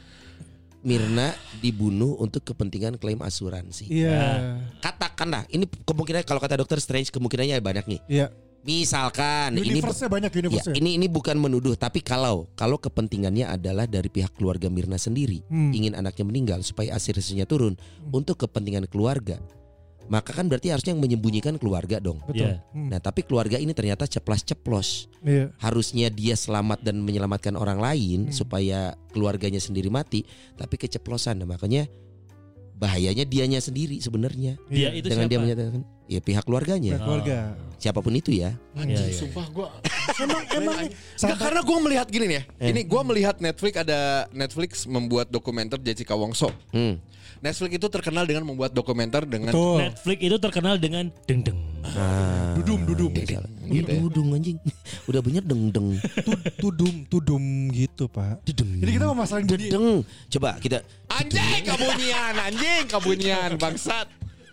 Mirna dibunuh untuk kepentingan klaim asuransi. Iya. Katakanlah ini kemungkinan kalau kata dokter Strange kemungkinannya banyak nih. Iya. Misalkan ini Universe-nya banyak ya, universe-nya. ini ini bukan menuduh tapi kalau kalau kepentingannya adalah dari pihak keluarga Mirna sendiri Hmm. ingin anaknya meninggal supaya asirasinya turun untuk kepentingan keluarga. Maka kan berarti harusnya yang menyembunyikan keluarga dong. Betul. Iya. Hmm. Nah, tapi keluarga ini ternyata ceplas-ceplos. Iya. Harusnya dia selamat dan menyelamatkan orang lain supaya keluarganya sendiri mati, tapi keceplosan. Nah, makanya bahayanya dianya sendiri sebenarnya. Dia itu Dengan siapa? dia menyatakan ya pihak keluarganya. Pihak keluarga. Siapapun itu ya. Anjing, Iya, iya. sumpah gua. Emang emang nih, Nggak, sampai- karena gue melihat gini nih ya. Eh. Ini gue melihat Netflix ada Netflix membuat dokumenter Jessica Wongso. Hmm. Netflix itu terkenal dengan membuat dokumenter dengan Betul. Netflix itu terkenal dengan deng deng. Ah, Dudum, dudum. salah. Gitu ya. Dudung anjing. Udah bener deng deng. Tu- tudum tudum gitu Pak. Dudung. Jadi kita mau masalahin bunyi. Deng. Coba kita anjing kabunyian, anjing kabunyian bangsat.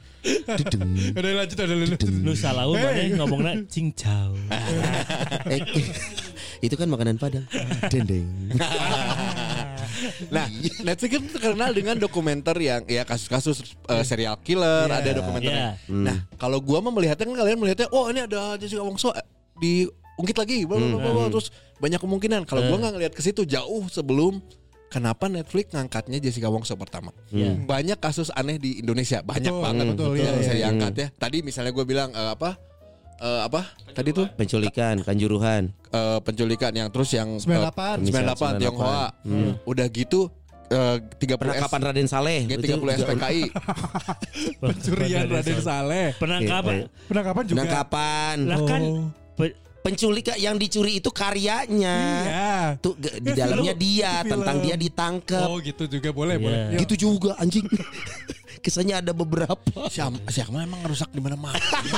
dudung. Ada yang lanjut, ada yang lanjut. Lu salah lu mana ngomongnya cincau. Eh, itu kan makanan Padang. Dendeng. Nah, Netflix itu terkenal dengan dokumenter yang ya kasus-kasus uh, serial killer, Iya. ada dokumenternya. Iya. Hmm. Nah, kalau gua mah melihatnya kan kalian melihatnya, oh ini ada Jessica Wongso eh, diungkit lagi, bla, bla, bla, bla, bla. Terus banyak kemungkinan. Kalau gua nggak ngelihat ke situ jauh sebelum kenapa Netflix ngangkatnya Jessica Wongso pertama. Iya. Banyak kasus aneh di Indonesia, banyak Betul, banget betul, yang iya, bisa iya. diangkat ya. Tadi misalnya gue bilang eh, apa uh, apa? Tadi tuh Penculikan, Kanjuruhan. uh, penculikan yang terus yang sembilan puluh delapan. uh, sembilan puluh delapan Tionghoa. Hmm. Udah gitu uh, tiga puluh Penangkapan Raden Saleh. G tiga puluh S P K I. Pencurian Raden Saleh. Penangkapan. Penangkapan juga. Penangkapan. Lah kan Oh. pe- Penculikan yang dicuri itu karyanya. Iya. Tuh ge- di Ya, dalamnya film. dia Film. tentang dia ditangkap. Oh gitu juga boleh Iya. boleh. Yuk. Gitu juga anjing. Kesannya ada beberapa. Si Am- si Akmal emang rusak di mana-mana.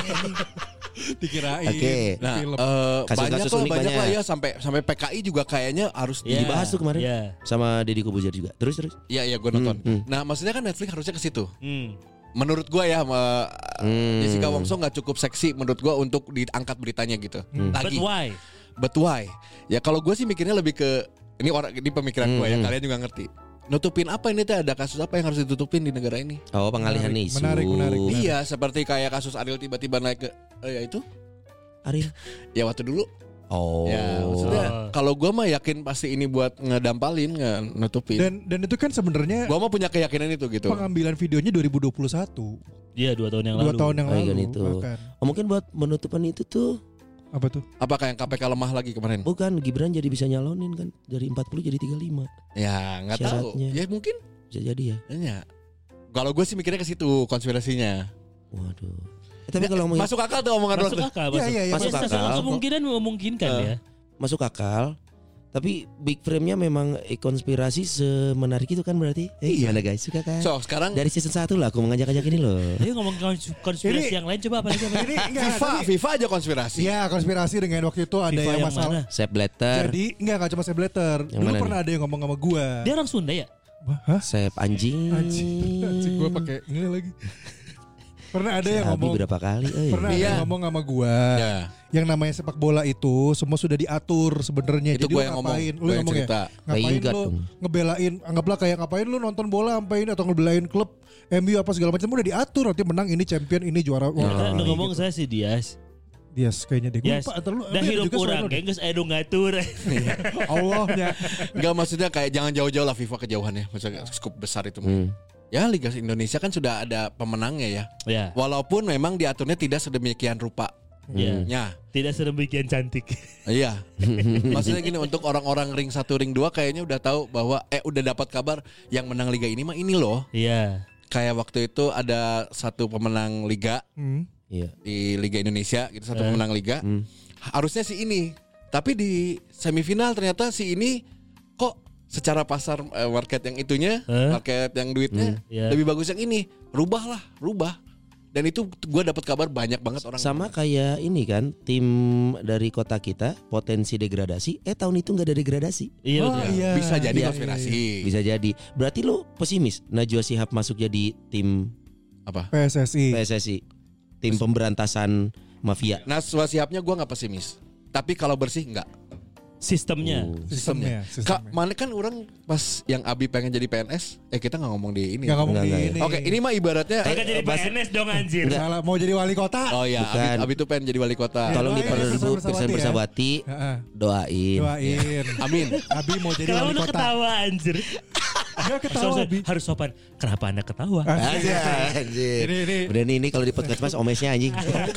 Dikirain. Oke. Nah, film. eh, Kasus-kasus banyak lah, unik banyak banyak. lah ya sampai sampai P K I juga kayaknya harus Iya. di Dibahas tuh kemarin. Iya. Sama Deddy Kobuzer juga. Terus terus. Iya iya gue nonton. Hmm, hmm. Nah maksudnya kan Netflix harusnya ke situ. Hmm. Menurut gue ya, ma- Hmm. Jessica Wongso nggak cukup seksi menurut gue untuk diangkat beritanya gitu. But Lagi. why? But why? Ya kalau gue sih mikirnya lebih ke ini orang ini pemikiran gue ya, Hmm. kalian juga ngerti. Nutupin apa ini teh, ada kasus apa yang harus ditutupin di negara ini? Oh, pengalihan Menarik, isu. menarik, menarik. Iya, seperti kayak kasus Ariel tiba-tiba naik ke eh, ya itu. Ariel. Ya waktu dulu. Oh. Ya, maksudnya kalau gue mah yakin pasti ini buat ngedampalin, nge-nutupin. Dan dan itu kan sebenarnya Gue mah punya keyakinan itu gitu. pengambilan videonya dua ribu dua puluh satu. Iya dua tahun yang Dua lalu. tahun yang Oh, lalu. iya, itu. bahkan. Oh, mungkin buat menutupan itu tuh Apa tuh? Apakah yang K P K lemah lagi kemarin? bukan Gibran jadi bisa nyalonin kan dari empat puluh jadi tiga puluh lima. Ya nggak tahu. Syaratnya. Ya mungkin. Bisa jadi ya. Ya. Kalau gue sih mikirnya ke situ konspirasinya. Waduh. Eh, tapi kalau ngomongin Masuk akal tuh omongan Masuk Ron. akal, Iya, masuk, iya, iya, masuk Ya, akal. sesuatu kemungkinan memungkinkan Eh. ya. masuk akal. Tapi big frame-nya memang eh, konspirasi semenarik itu kan berarti. Eh, Iya. gimana guys? Suka kan? So sekarang Dari season satu lah aku mengajak-ajak ini loh. Ayo ngomong kons- konspirasi Ini- yang lain coba apa lagi? apa lagi? Ini enggak FIFA, tapi- FIFA aja konspirasi. Iya konspirasi dengan waktu itu ada FIFA yang yang masalah. mana? Sepp Blatter, Jadi enggak enggak cuma saya blatter. Yang Dulu mana pernah ada yang ngomong sama gua. Dia orang Sunda ya? Hah? Sepp anjing. Anjing, anjing gua pakai ini lagi. Pernah ada yang Abi ngomong berapa kali? Eh. Pernah ada Iya. yang ngomong sama gua. Ya. Yang namanya sepak bola itu semua sudah diatur sebenarnya. Itu Jadi gue lu yang ngomong. ngapain? Lu Gue yang ngomong ya? cerita. Ngapain Lingard lu dong. ngebelain, anggaplah kayak ngapain lu nonton bola sampai ini atau ngebelain klub M U apa segala macam udah diatur, nanti menang ini champion ini juara. Wah, Kita ini udah ngomong gitu. saya si Dias. Yes, kayaknya deh. Gue Yes. lupa antar lu. Dah ada hidup juga kurang, soalnya kayak geus aya nu ngatur. Allahnya. Enggak maksudnya kayak jangan jauh-jauh lah FIFA kejauhannya. Maksudnya skup besar itu. Hmm. Ya Liga Indonesia kan sudah ada pemenangnya ya. Ya, Walaupun memang diaturnya tidak sedemikian rupa. ya. Ya, Tidak sedemikian cantik. iya. Maksudnya gini, untuk orang-orang ring satu ring dua kayaknya udah tahu bahwa eh udah dapat kabar yang menang liga ini mah ini loh. Iya. Kayak waktu itu ada satu pemenang liga Hmm. Iya. di Liga Indonesia gitu, satu Eh. pemenang liga. Hmm. Harusnya si ini. Tapi di semifinal ternyata si ini kok secara pasar eh, market yang itunya, Eh? market yang duitnya Iya. lebih bagus yang ini. Rubahlah, rubah. Dan itu gue dapat kabar banyak banget orang. Sama kayak ini kan tim dari kota kita potensi degradasi. Eh tahun itu nggak ada degradasi. Iya Oh, betul. iya. Bisa jadi Iya. konspirasi. Bisa jadi. Berarti lu pesimis Najwa Shihab masuk jadi tim Apa? P S S I. P S S I, tim pemberantasan mafia. Nah, siapnya gue nggak pesimis. Tapi kalau bersih nggak. Sistemnya. Oh. Sistemnya. Kak, sistemnya. mana kan orang pas yang Abi pengen jadi P N S, eh kita nggak ngomong di ini. Nggak ngomong Enggak, di enggak, ini. Oke, ini mah ibaratnya. Kan jadi P N S dong anjir. Enggak. Salah, mau jadi wali kota. Oh ya, Abi, Bukan. Abi tuh pengen jadi wali kota. Ya, Tolong doain, diperbu Pirsan Pirsan Bersawati ya. Bersawati Heeh. doain. Doain. Amin. Abi mau jadi Kalau wali lu kota. ketawa anjir. Enggak ketawa Harus, Abi. harus sopan. Kenapa Anda ketawa? Aja, anjir. Ini, ini. Udah nih ini kalau di podcast Mas omesnya anjing.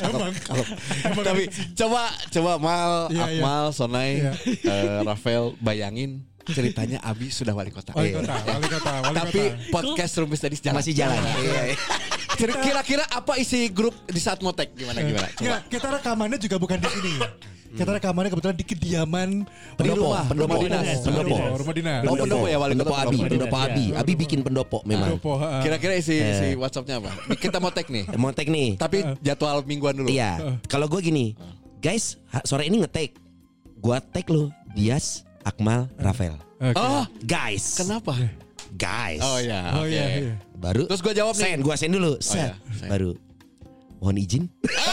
Tapi coba coba Mal, Iya, iya. Akmal, Sonai, Iya. eh, Rafael bayangin ceritanya Abi sudah wali kota. Wali kota, wali kota, wali Tapi kota. podcast Rumpis tadi jalan. Masih jalan. Iya, iya. Kira-kira apa isi grup di saat motek gimana gimana? Coba. Nggak, kita rekamannya juga bukan di sini. Kita rekamannya kebetulan di kediaman Di rumah, pendopo, Rumah dinas. pendopo. Rumah dinas. Oh, pendopo ya, wali pendopo kota, Abi, pendopo. pendopo Abi. Iya. Abi bikin pendopo memang. Pendopo, heeh. Kira-kira isi Eh. isi WhatsApp-nya apa? Kita mau tag nih. Mau tag nih. Tapi jadwal mingguan dulu. Iya. Kalau gue gini, guys, ha- sore ini nge-tag. Gua tag lu, Dias, Akmal, Rafael. Oke. Oh, Guys. kenapa? Guys. Oh ya. Oh oke. iya, iya. Baru Terus gua jawab nih. send, gua send dulu. Set. iya, send. Baru. Mohon izin.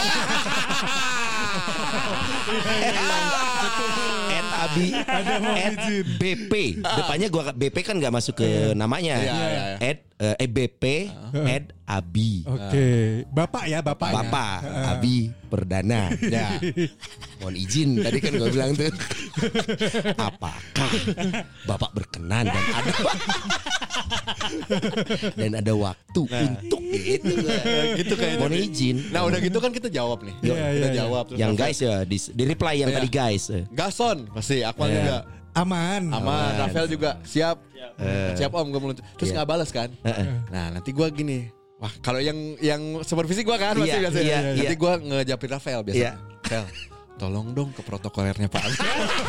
At Abi at B P. Depannya gua B P kan nggak masuk ke namanya. Iya, iya, iya. At eh, eh, B P at Abi. Oke. Bapak ya, bapak. ya. Bapak Abi Perdana. Ya. Mohon izin tadi kan gua bilang tuh. Apakah Bapak berkenan dan ada Dan ada waktu untuk gitu. gitu kayaknya. Mohon izin. Nah udah gitu kan kita jawab nih. Iya, kita iya, iya. jawab. Terus Yang Rafael, guys ya di, di reply yang Iya. tadi guys. Gason pasti. Akmal Iya. juga. Aman. Aman. Rafael juga siap. Eh. Siap om gue mau. Terus Iya. nggak balas kan? Heeh. Nah nanti gue gini. Wah kalau yang yang supervisi gue kan pasti Iya, biasanya. iya, Nanti iya. gue ngejapin Rafael biasanya. Iya. Rafael, tolong dong ke protokolernya Pak Ali.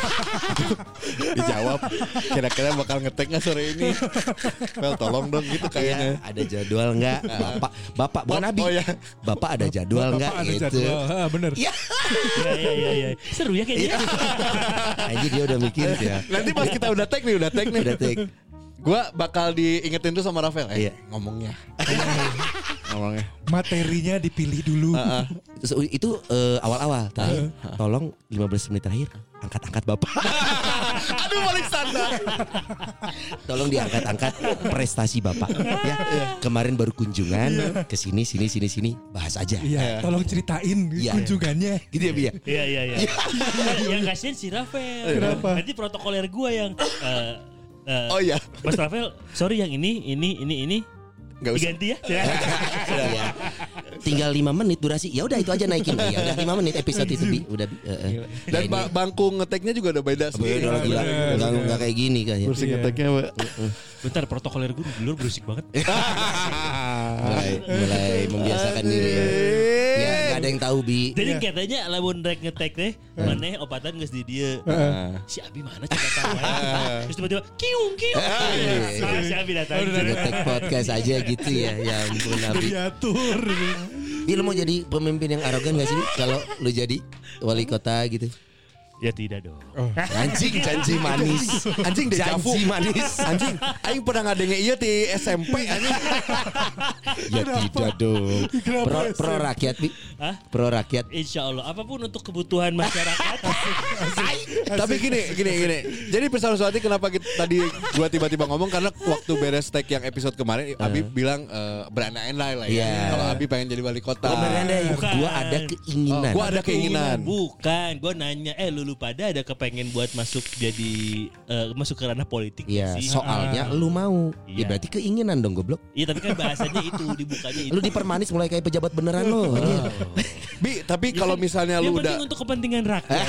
Dijawab. Kira-kira bakal ngetek nggak sore ini? Rafael tolong dong gitu kayaknya. Iya, ada jadwal enggak? Bapak, Bapak bukan Bap- Nabi. oh, iya. Bapak ada jadwal enggak Bapak ada gitu. jadwal. Ah, bener. Iya. Iya iya iya iya. Seru ya kayaknya. Anjir dia udah mikir ya. Nanti pas kita udah tag nih, udah tag nih. Udah take. Gue bakal diingetin tuh sama Rafael. Eh, Iya. ngomongnya. ngomongnya. Materinya dipilih dulu. Terus itu eh, awal-awal terakhir. Tolong lima belas menit terakhir angkat-angkat Bapak. Aduh paling standar. Tolong diangkat-angkat prestasi Bapak ya. Kemarin baru kunjungan ke sini sini sini sini bahas aja. Iya, tolong ceritain Iya. kunjungannya. Gitu ya Bi ya. Iya iya iya. Yang kasihan si Rafael. Kenapa? Nanti protokoler gue yang eh, eh, Oh iya. Mas Rafael, sorry yang ini ini ini ini Gak usah. diganti ya. Ya. Tinggal lima menit durasi. Ya udah itu aja naikin. Ya udah lima menit episode itu Bi. Udah Bi. Eh, eh. Dan ba- bangku ngeteknya juga udah beda sendiri. Beda lagi lah. bener, Enggak bener. enggak kayak gini kan ya. Kursi ngeteknya. Pak. Bentar, protokoler gue di luar berisik banget. Mulai mulai membiasakan diri. Ya. Ya enggak ada yang tahu Bi. Jadi katanya lamun rek ngetek teh, maneh opatan geus di dieu. Si Abi mana coba tahu. Terus tiba-tiba kiung kiung. Ah, si Abi datang. Ngetek podcast aja gitu ya. Ya ampun Abi. Diatur. Bi lu mau jadi pemimpin yang arogan gak sih Bi? Kalau lu jadi wali kota gitu. Ya tidak dong. Anjing janji manis. Anjing dejavu. Janji manis. Anjing, aing pernah ngadenge ieu di S M P anjing. Ya tidak dong. Kenapa Pro, S M? pro rakyat Bi. Hah? Pro rakyat. Insya Allah apapun untuk kebutuhan masyarakat. Tapi gini, gini, gini. Jadi Pirsawan Suwati kenapa kita, tadi gua tiba-tiba ngomong karena waktu beres tag yang episode kemarin Abi bilang uh, berandai-andai lah ya. Iya. Kalau Abi pengen jadi wali kota. Oh, berandai. Bukan. Gua ada keinginan. Oh, gua ada keinginan. Bukan, gue nanya, eh lu pada ada kepengen buat masuk jadi eh, masuk ke ranah politik Iya, nggak sih? soalnya lu mau. Ya Iya. berarti keinginan dong goblok. Iya tapi kan bahasanya itu dibukanya itu. Lu dipermanis mulai kayak pejabat beneran lo. anjir. Bi, tapi kalau misalnya Yang lu penting udah untuk kepentingan rakyat.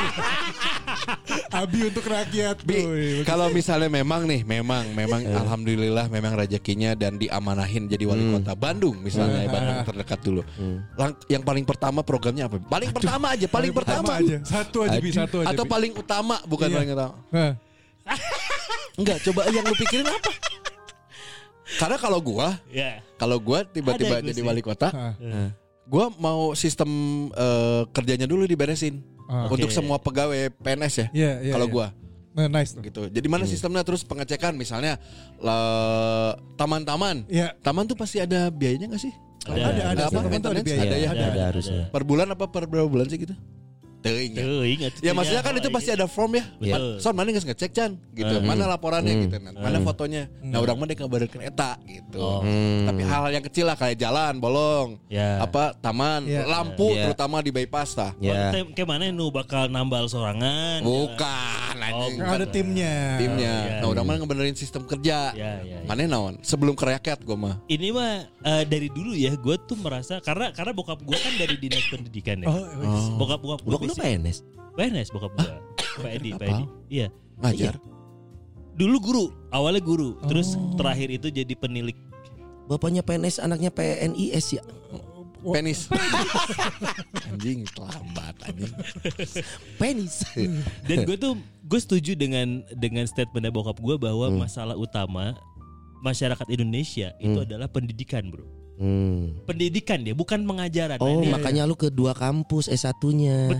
Abi untuk rakyat. Bi, Boy. kalau misalnya memang nih, memang, memang, alhamdulillah, memang rezekinya dan diamanahin jadi wali kota Bandung, misalnya Bandung terdekat dulu. Lang- yang paling pertama programnya apa? Paling pertama aja, paling pertama. aja. Satu aja Bi, Aduh. satu aja. Atau Bi. paling utama, bukan Iya. paling utama. Hah. Enggak, coba yang lu pikirin apa? Karena kalau gua, Ya. kalau gua tiba-tiba Ada gua jadi sih. wali kota, Hah. gua mau sistem eh, kerjanya dulu diberesin Ah. untuk Oke. semua pegawai P N S ya. Iya, iya, Kalau iya. gua Nah, nice tuh. gitu. Jadi mana sistemnya terus pengecekan misalnya le- taman-taman. Iya. Taman tuh pasti ada biayanya gak sih? Ada, Ada, ada. Ada apa? Setiap teman tuh ada Maintenance? biaya. Ada ya? Ada, ada harusnya. Per bulan apa per berapa bulan sih gitu? Teuing ya. Tuh, ingat. Ya maksudnya kan itu pasti ada form ya. Iya. Ma- Son mana nggak ngecek Chan gitu. Mana laporannya gitu. Nah, mana fotonya. Nah, orang mah dek ngabarekeun eta gitu. Hmm. Tapi hal-hal yang kecil lah kayak jalan bolong. Ya. Apa taman, Ya. lampu Ya. terutama di bypass tah. Ya. Kayak mana nu bakal nambal sorangan. Bukan anjing. Oh, Kan ada timnya. Timnya. Oh, iya. Nah, orang mah ngebenerin sistem kerja. Ya, ya, ya. Mana naon? Sebelum ke rakyat gua mah. Ini mah eh, dari dulu ya gue tuh merasa karena karena bokap gue kan dari dinas pendidikan ya. Oh, oh. Bokap bokap gue Bokap lu P N S. P N S bokap gue. Pak Edi, Pak Edi. Iya. Ngajar. Dulu guru, awalnya guru, terus Oh. terakhir itu jadi penilik. Bapaknya P N S, anaknya P N I S ya. Penis. Anjing terlambat anjing. Penis. Dan gue tuh gue setuju dengan dengan statementnya bokap gue bahwa masalah utama masyarakat Indonesia itu adalah pendidikan, bro. Hmm. Pendidikan dia, bukan pengajaran. Oh, Nah, ini- makanya lu ke dua kampus S satu-nya.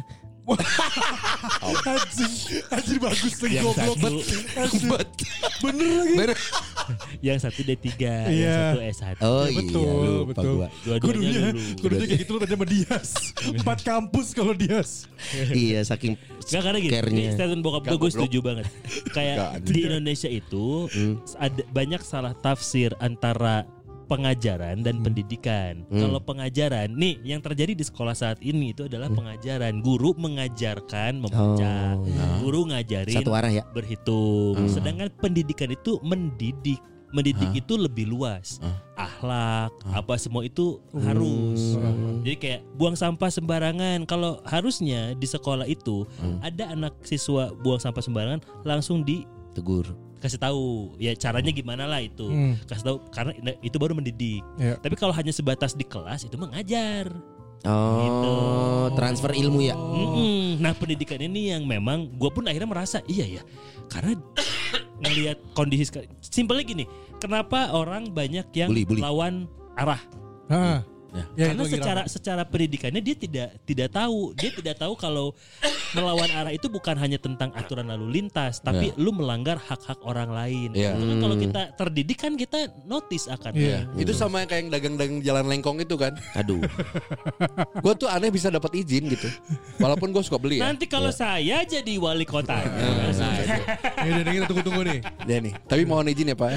Anjing, anjing bagus tuh Yang goblok. satu, Anjing. Bener lagi. yang satu D tiga, yang Iya. satu S satu. Oh Ya, iya, betul, lupa betul. gua. Dua-duanya Kudunya, lulu. kudunya kayak gitu lu tanya sama Dias. Empat kampus kalau Dias. Iya, saking Gak karena gini, care-nya. ini statement bokap gue, gue setuju banget. Kayak Gak, anjing. di Indonesia itu ada banyak salah tafsir antara pengajaran dan pendidikan. Kalau pengajaran, nih yang terjadi di sekolah saat ini itu adalah pengajaran. Guru mengajarkan membaca, Oh, iya. guru ngajarin Satu arah ya. berhitung. Sedangkan pendidikan itu mendidik. mendidik itu lebih luas. Akhlak, apa semua itu harus. Jadi kayak buang sampah sembarangan. Kalau harusnya di sekolah itu ada anak siswa buang sampah sembarangan langsung ditegur. Kasih tahu ya caranya gimana lah itu. Hmm. Kasih tahu karena itu baru mendidik. Iya. Tapi kalau hanya sebatas di kelas itu mengajar. Oh, Gitu. transfer ilmu ya. Mm-mm. Nah pendidikan ini yang memang gue pun akhirnya merasa iya ya karena ngelihat kondisi sekali. Simpelnya gini, kenapa orang banyak yang Bully, bully. lawan arah? Ah. Ya, Karena itu lagi secara rame. secara pendidikannya dia tidak tidak tahu, dia tidak tahu kalau melawan arah itu bukan hanya tentang aturan lalu lintas, tapi lu melanggar hak-hak orang lain. Iya. Itu kan kalau kita terdidik kan kita notice akan. Iya. Itu sama kayak yang dagang-dagang jalan lengkong itu kan. Aduh. Gue tuh aneh bisa dapat izin gitu. Walaupun gue suka beli ya. Nanti kalau saya jadi wali kotanya, Nah, itu. Ini dan kita tunggu-tunggu nih. Dia nih. Tapi mohon izin ya Pak.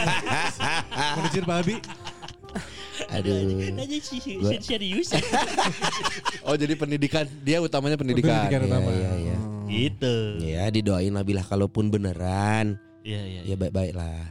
Mau izin Pak Abi. Aduh. nanya sih Gua- serius. Oh jadi pendidikan. Dia utamanya pendidikan. Pendidikan utama. Iya, iya. Gitu. Ya didoain lah bila kalaupun beneran Iya iya. ya baik-baik lah.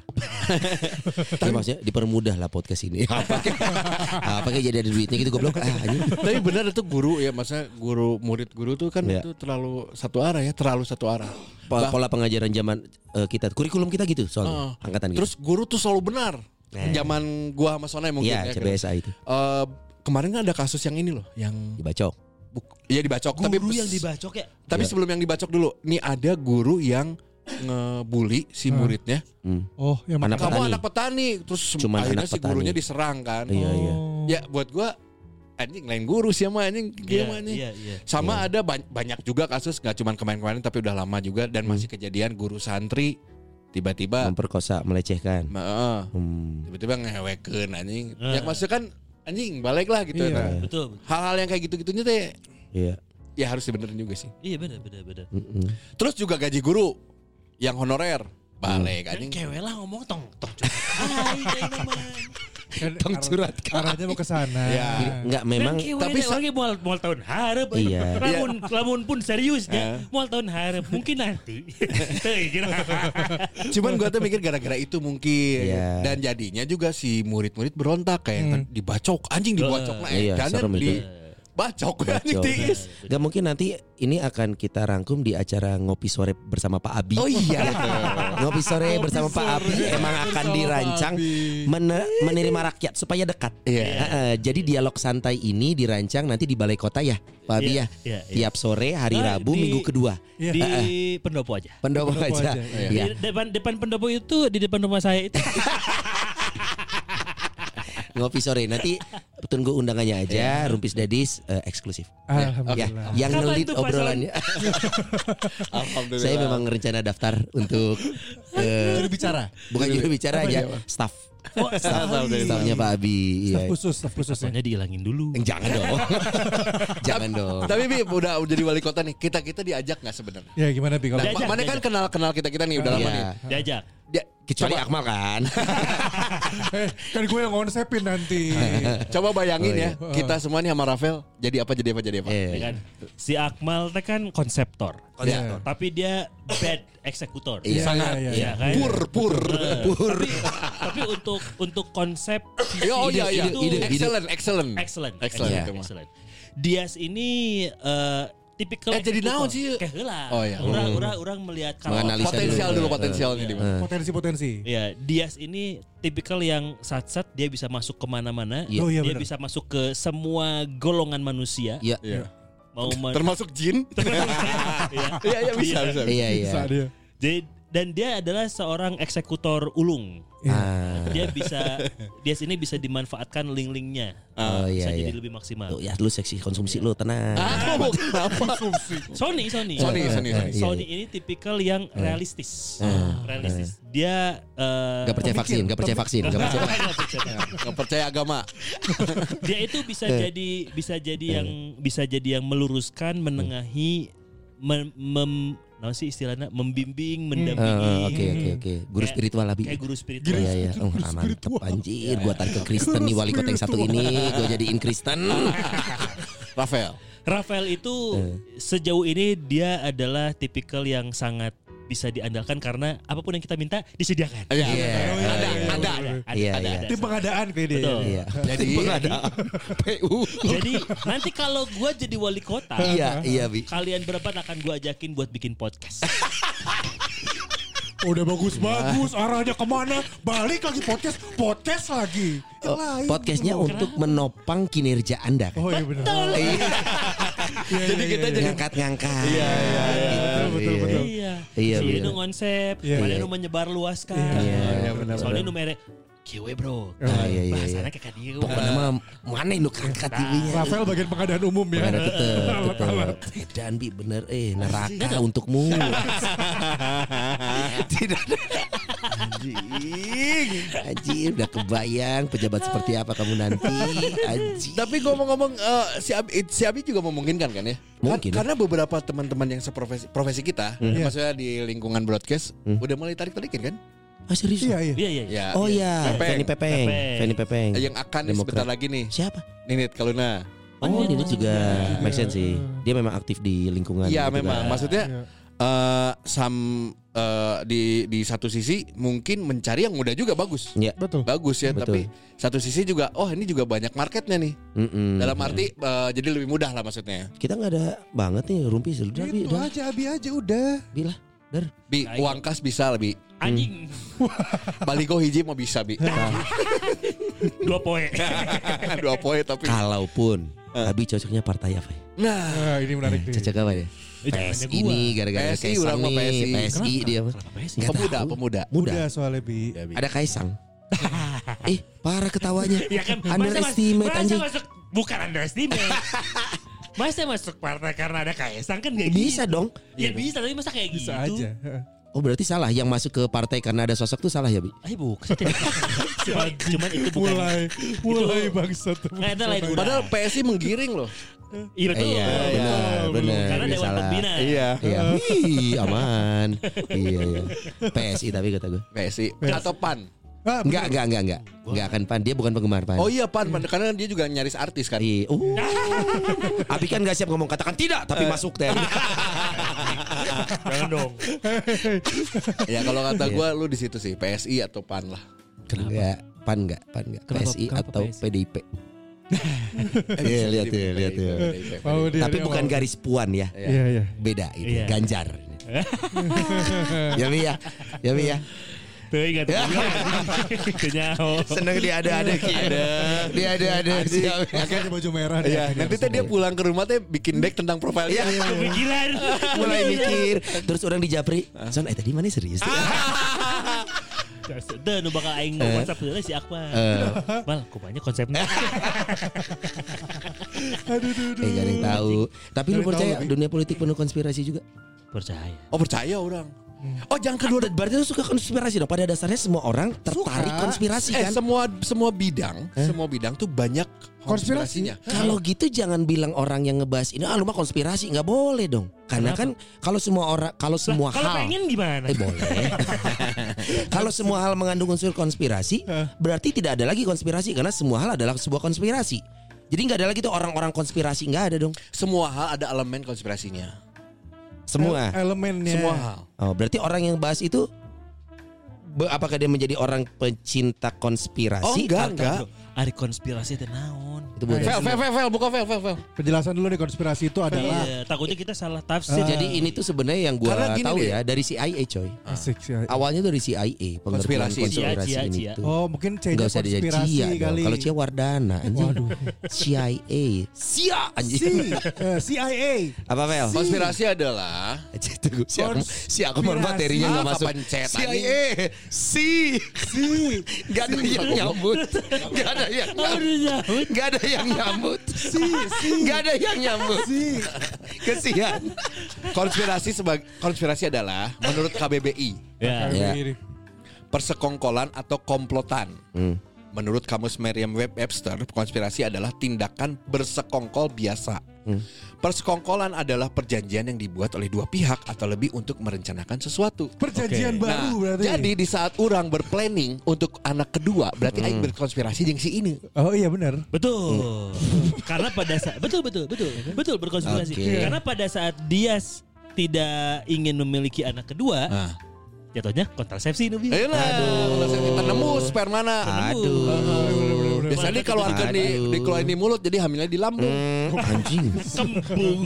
Ya maksudnya dipermudah lah podcast ini. Apa kayak apa kayak jadi ada duitnya gitu goblok ah anjing. Tapi benar itu guru ya. Maksudnya guru murid guru tuh kan Iya. itu terlalu satu arah ya. Terlalu satu arah. Po- Pola pengajaran zaman eh, kita, kurikulum kita gitu soalnya Oh. angkatan gitu. Terus guru tuh selalu benar. Nah. Zaman gua sama Sonai mungkin Iya, ya. C B S A itu. Eh, kemarin kan ada kasus yang ini loh. Yang Dibacok. buk- Iya dibacok. Tapi Guru yang dibacok ya. Tapi Iya. sebelum yang dibacok dulu, nih ada guru yang ngebully si muridnya. Hmm. Oh, yang Anak makan. Kamu petani. anak petani, terus Cuman akhirnya anak si gurunya petani. diserang kan. Iya, iya. Oh. Ya buat gua anjing lain guru sih sama anjing Iya gimana nih. iya iya. Sama ada ba- banyak juga kasus nggak cuman kemarin-kemarin tapi udah lama juga dan masih kejadian guru santri tiba-tiba Memperkosa, melecehkan. ma- eh, Hmm. tiba-tiba ngewekeun anjing. Eh. Yang maksudnya kan anjing balik lah gitu. Iya. Nah, Betul. hal-hal yang kayak gitu-gitunya teh Iya. ya harus dibenerin juga sih. Iya benar benar benar. Mm-mm. Terus juga gaji guru yang honorer balik Kan anjing. kewe lah ngomong tong tong. Hai kayak namanya. Kan Tong arah- curhat. Arahnya mau ke sana. Iya. Enggak memang tapi tapi sa- lagi mau mau tahun harap. Iya. Lamun lamun pun serius Eh. ya. Mau tahun harap mungkin nanti. Tuh, kira. Cuman gua tuh mikir gara-gara itu mungkin Iya. dan jadinya juga si murid-murid berontak kayak Hmm. dibacok anjing dibacok nah Iya, dan serem itu. dibacok anjing Bacok. tiis. Gak mungkin nanti ini akan kita rangkum di acara ngopi sore bersama Pak Abi. Oh iya. Ngopi sore bersama Pak Abi emang akan dirancang men- menerima rakyat supaya dekat. Iya. Heeh, jadi dialog santai ini dirancang nanti di Balai Kota ya, Pak Abi Iya, ya. iya, iya. Tiap sore hari Ah, Rabu di- minggu kedua. Iya. Di pendopo aja. Pendopo Pendopo aja. aja, Iya. Di depan depan pendopo itu di depan rumah saya itu. Ngopi sore nanti tunggu undangannya aja, Rumpis Dadis eh, eksklusif. Ya, Alhamdulillah. yang Kapan ngelit tuh, Pak obrolannya. Alhamdulillah. Saya memang rencana daftar untuk eh, Juru bicara. bukan juru bicara Apa aja, dia? staff. Oh, Staff, Alhamdulillah. staffnya Pak Abi. Staf Iya. khusus, staf khusus ya. Soalnya dihilangin dulu. Jangan dong. Jangan dong. Tapi Bi udah udah jadi wali kota nih. Kita kita diajak nggak sebenarnya? Ya gimana Pi kalau Nah, Diajak, ma- mana kan diajak. kenal kenal kita kita nih udah lama Iya. nih. Diajak. Dia, Kecuali coba, Akmal kan. eh, kan gue yang ngonsepin nanti. coba bayangin Oh, ya, iya. kita semua nih sama Rafael jadi apa jadi apa jadi apa. Eh, Ya kan? Si Akmal teh kan konseptor. Konseptor. Tapi dia bad eksekutor. Iya. Sangat. Iya, iya, Iya kan? Pur pur. Eh, Tapi, tapi untuk untuk konsep Oh ide iya iya. itu ide, ide. Excellent excellent. excellent. Excellent Iya. itu mah. excellent. Dias ini eh, tipikal Eh, jadi eksekutor. naon sih? Kayak heula. Oh, iya. Urang Hmm. urang urang melihat kalau Menganalisa Potensial dulu. dulu potensialnya di mana. Potensi-potensi. ya Dias ini tipikal yang sat-sat dia bisa masuk kemana-mana. Iya. Oh iya Dia benar. bisa masuk ke semua golongan manusia. Iya. Iya. Mau men- Termasuk jin. Iya. Iya iya bisa bisa. Iya iya. Bisa dia. Jadi, dan dia adalah seorang eksekutor ulung. Ah. Dia bisa dia sini bisa dimanfaatkan link-linknya. Oh iya Bisa iya. jadi lebih maksimal. Tuh, ya lu seksi konsumsi lu tenang. Ah, kenapa? Sony, Sony. Sony, Sony, Sony. Iya, Sony iya. ini tipikal yang realistis. Ah. Realistis. Dia eh, Gak percaya vaksin, gak percaya vaksin, gak percaya. Nggak percaya. Nggak percaya agama. Dia itu bisa jadi bisa jadi yang bisa jadi yang meluruskan, menengahi, mem, mem nah sih istilahnya membimbing, mendampingi. Ah, Oke oke oke. Guru Kayak- spiritual Abi. Kayak guru spiritual. Iya iya. Oh, ah, mantep anjir. Gua tarik ke Kristen nih wali kota yang satu ini. Gua jadiin Kristen. Rafael. Rafael itu sejauh ini dia adalah tipikal yang sangat bisa diandalkan karena apapun yang kita minta disediakan. Iya. Iya. Ada, Ada, ada. ada, Iya, ada, iya. ada. Tim pengadaan kayak dia. Betul. Iya. Jadi P U. Jadi nanti kalau gue jadi wali kota, Iya, iya, Bi. kalian berempat akan gue ajakin buat bikin podcast. Udah bagus-bagus, arahnya kemana? Balik lagi podcast, podcast lagi. Yang Oh, lain. podcastnya untuk menopang kinerja Anda kan? Oh iya benar. Iya. jadi kita jadi Ngangkat-ngangkat. Iya, iya, iya. Betul, betul, betul. Iya. Iya, Si bener. nu konsep, Iya. mana Iya. nu menyebar luaskan. Iya, iya, benar, Soalnya benar. nu mere kieu bro. Ah, iya, iya, Bahasana iya. kayak dia. Pokoknya mah mana nu kangkat T V-nya. Rafael bagian pengadaan umum ya. Bener, betul, betul. Alat-alat. Dan Bi bener eh neraka untukmu. Tidak. Anjing. Anjing udah kebayang pejabat seperti apa kamu nanti. Anjing. Tapi ngomong-ngomong eh, si Abi si Abi juga memungkinkan kan ya? Mungkin. Kan- karena beberapa teman-teman yang seprofesi profesi kita, Iya. maksudnya di lingkungan broadcast udah mulai tarik-tarikin kan? Ah serius? Iya iya. Iya iya. Ya. Oh iya, Pepeng. Fanny Pepeng. Pepeng. Fanny Pepeng. Yang akan nih sebentar lagi nih. Siapa? Ninit Kaluna. Oh, ini juga make sense sih. Dia memang aktif di lingkungan. Iya gitu memang. kan. Maksudnya Iya. eh sam eh, di di satu sisi mungkin mencari yang muda juga bagus. Iya. Betul. Bagus ya, Betul. tapi satu sisi juga oh ini juga banyak marketnya nih. Mm-mm. Dalam arti eh, jadi lebih mudah lah maksudnya. Kita nggak ada banget nih Rumpi sudah Bi, Itu udah. aja Abi aja udah. Bilah. Dar. Bi, Ayo. uang kas bisa lebih. Anjing. Baligo hiji mau bisa Bi. Dua poin. Dua poin tapi. Kalaupun Abi cocoknya partai apa ya? Nah, Nah, ini menarik nih. Cocok apa ya? Eh, P S jangan I gua. ini gara-gara P S I Kaisang orang mah nih, P S I. P S I dia mah. Kenapa sih? Nggak pemuda, tahu. pemuda. Muda. Muda soalnya Bi. Ya, Bi. Ada Kaisang. Eh, parah ketawanya. Ya kan. Underestimate masa anjing. masuk bukan underestimate. Masa masuk partai karena ada Kaisang kan gak Bisa gitu. dong. Ya bisa tapi masa kayak Bisa gitu. aja. Oh berarti salah yang masuk ke partai karena ada sosok tuh salah ya Bi? Ay bukan. cuman, cuman itu bukan. Mulai mulai bangsat. Nah, itu lain udah. Padahal P S I menggiring loh. Iya betul. Iya benar benar. Karena Dia Dewan salah. Pembina. Iya. Iya, wih, aman. Iya iya. P S I tapi kata gue. P S I atau P A N. Ah, Enggak enggak enggak enggak. Enggak akan Pan. Dia bukan penggemar Pan. Oh iya P A N, karena dia juga nyaris artis kan. Iya. Uh. Abi kan gak siap ngomong katakan tidak tapi masuk teh. Jangan dong. Ya kalau kata gue lu di situ sih P S I atau P A N lah. Enggak, Pan enggak, Pan enggak. Kenapa- P S I kenapa atau P S I? P D I P. Iya, lihat ya, lihat ya. mau dia Tapi dia bukan mau. garis puan ya. Iya iya. Beda itu, Iya. Ganjar. Ya Mi ya. Ya Mi ya. Tuh ingat. Itu nyaho. Seneng dia ada-ada ada. Dia ada-ada. Pakai baju merah dia. Iya, nanti teh dia pulang ke rumah teh bikin deck tentang profilnya. Iya. Kepikiran. Mulai mikir, terus orang di Japri. Son, eh tadi mana serius? Tuh nu bakal aing ngomong WhatsApp heula si Akmal. Mal, kumanya konsepnya. Eh gak ada yang tahu. Tapi lu Gak ada yang percaya tahu, Bi. dunia politik penuh konspirasi juga? Percaya. Oh percaya orang. Oh jangan kedua. Berarti lu suka konspirasi dong. Pada dasarnya semua orang tertarik Suka. konspirasi Eh kan? semua semua bidang, semua bidang tuh banyak konspirasinya. Kalau gitu jangan bilang orang yang ngebahas ini ah lu mah konspirasi, nggak boleh dong. Karena kan kalau semua orang kalau semua Kalau hal pengen gimana? eh boleh. Kalau semua hal mengandung unsur konspirasi, berarti tidak ada lagi konspirasi karena semua hal adalah sebuah konspirasi. Jadi nggak ada lagi tuh orang-orang konspirasi, nggak ada dong. Semua hal ada elemen konspirasinya. Semua. elemennya. Semua hal. Oh, berarti orang yang bahas itu be- apakah dia menjadi orang pencinta konspirasi? Oh enggak atau- enggak. Ari konspirasi teh naon? Itu buat Vel, vel, vel, vel, buka vel, vel, vel. Penjelasan dulu nih konspirasi itu adalah Iya, takutnya kita salah tafsir. Jadi ini tuh sebenarnya yang gua Karena gini tahu deh. ya dari C I A coy. asik sih. Awalnya dari C I A pengertian Konspirasi. konspirasi Cia, ini cia, cia. tuh. Oh mungkin C Enggak usah dijadi konspirasi Cia dong. kali. Kalau Cia Wardana anjing. Waduh. C I A. Cia C, anjing. eh, C I A. Apa Vel? Konspirasi adalah Anjing, tunggu. Si aku, si aku mau materinya Ah, enggak masuk. kepencet, C I A. Si. Si. Enggak ada yang nyambut. Enggak ada yang nyambut. Enggak ada yang nyambut. Si. Si. Enggak ada yang nyambut. Si. Kesian. konspirasi sebagai konspirasi adalah menurut K B B I Ya. Ya. Ini. persekongkolan atau komplotan. Hmm. Menurut kamus Merriam-Webster, konspirasi adalah tindakan bersekongkol biasa. Hmm. Persekongkolan adalah perjanjian yang dibuat oleh dua pihak atau lebih untuk merencanakan sesuatu. Perjanjian Oke. baru Nah, berarti. jadi di saat orang berplanning untuk anak kedua, berarti aing berkonspirasi jeung si ini. Oh iya benar. Betul. Karena pada saat betul betul betul betul berkonspirasi. Oke. Karena pada saat dia s- tidak ingin memiliki anak kedua, Nah. jatuhnya kontrasepsi Nubi. Ayo lah, kita nemu spermana. Aduh. Biasanya kalau akan di Aduh. dikeluarin di mulut jadi hamilnya di lambung. Hmm, anjing. Kembung.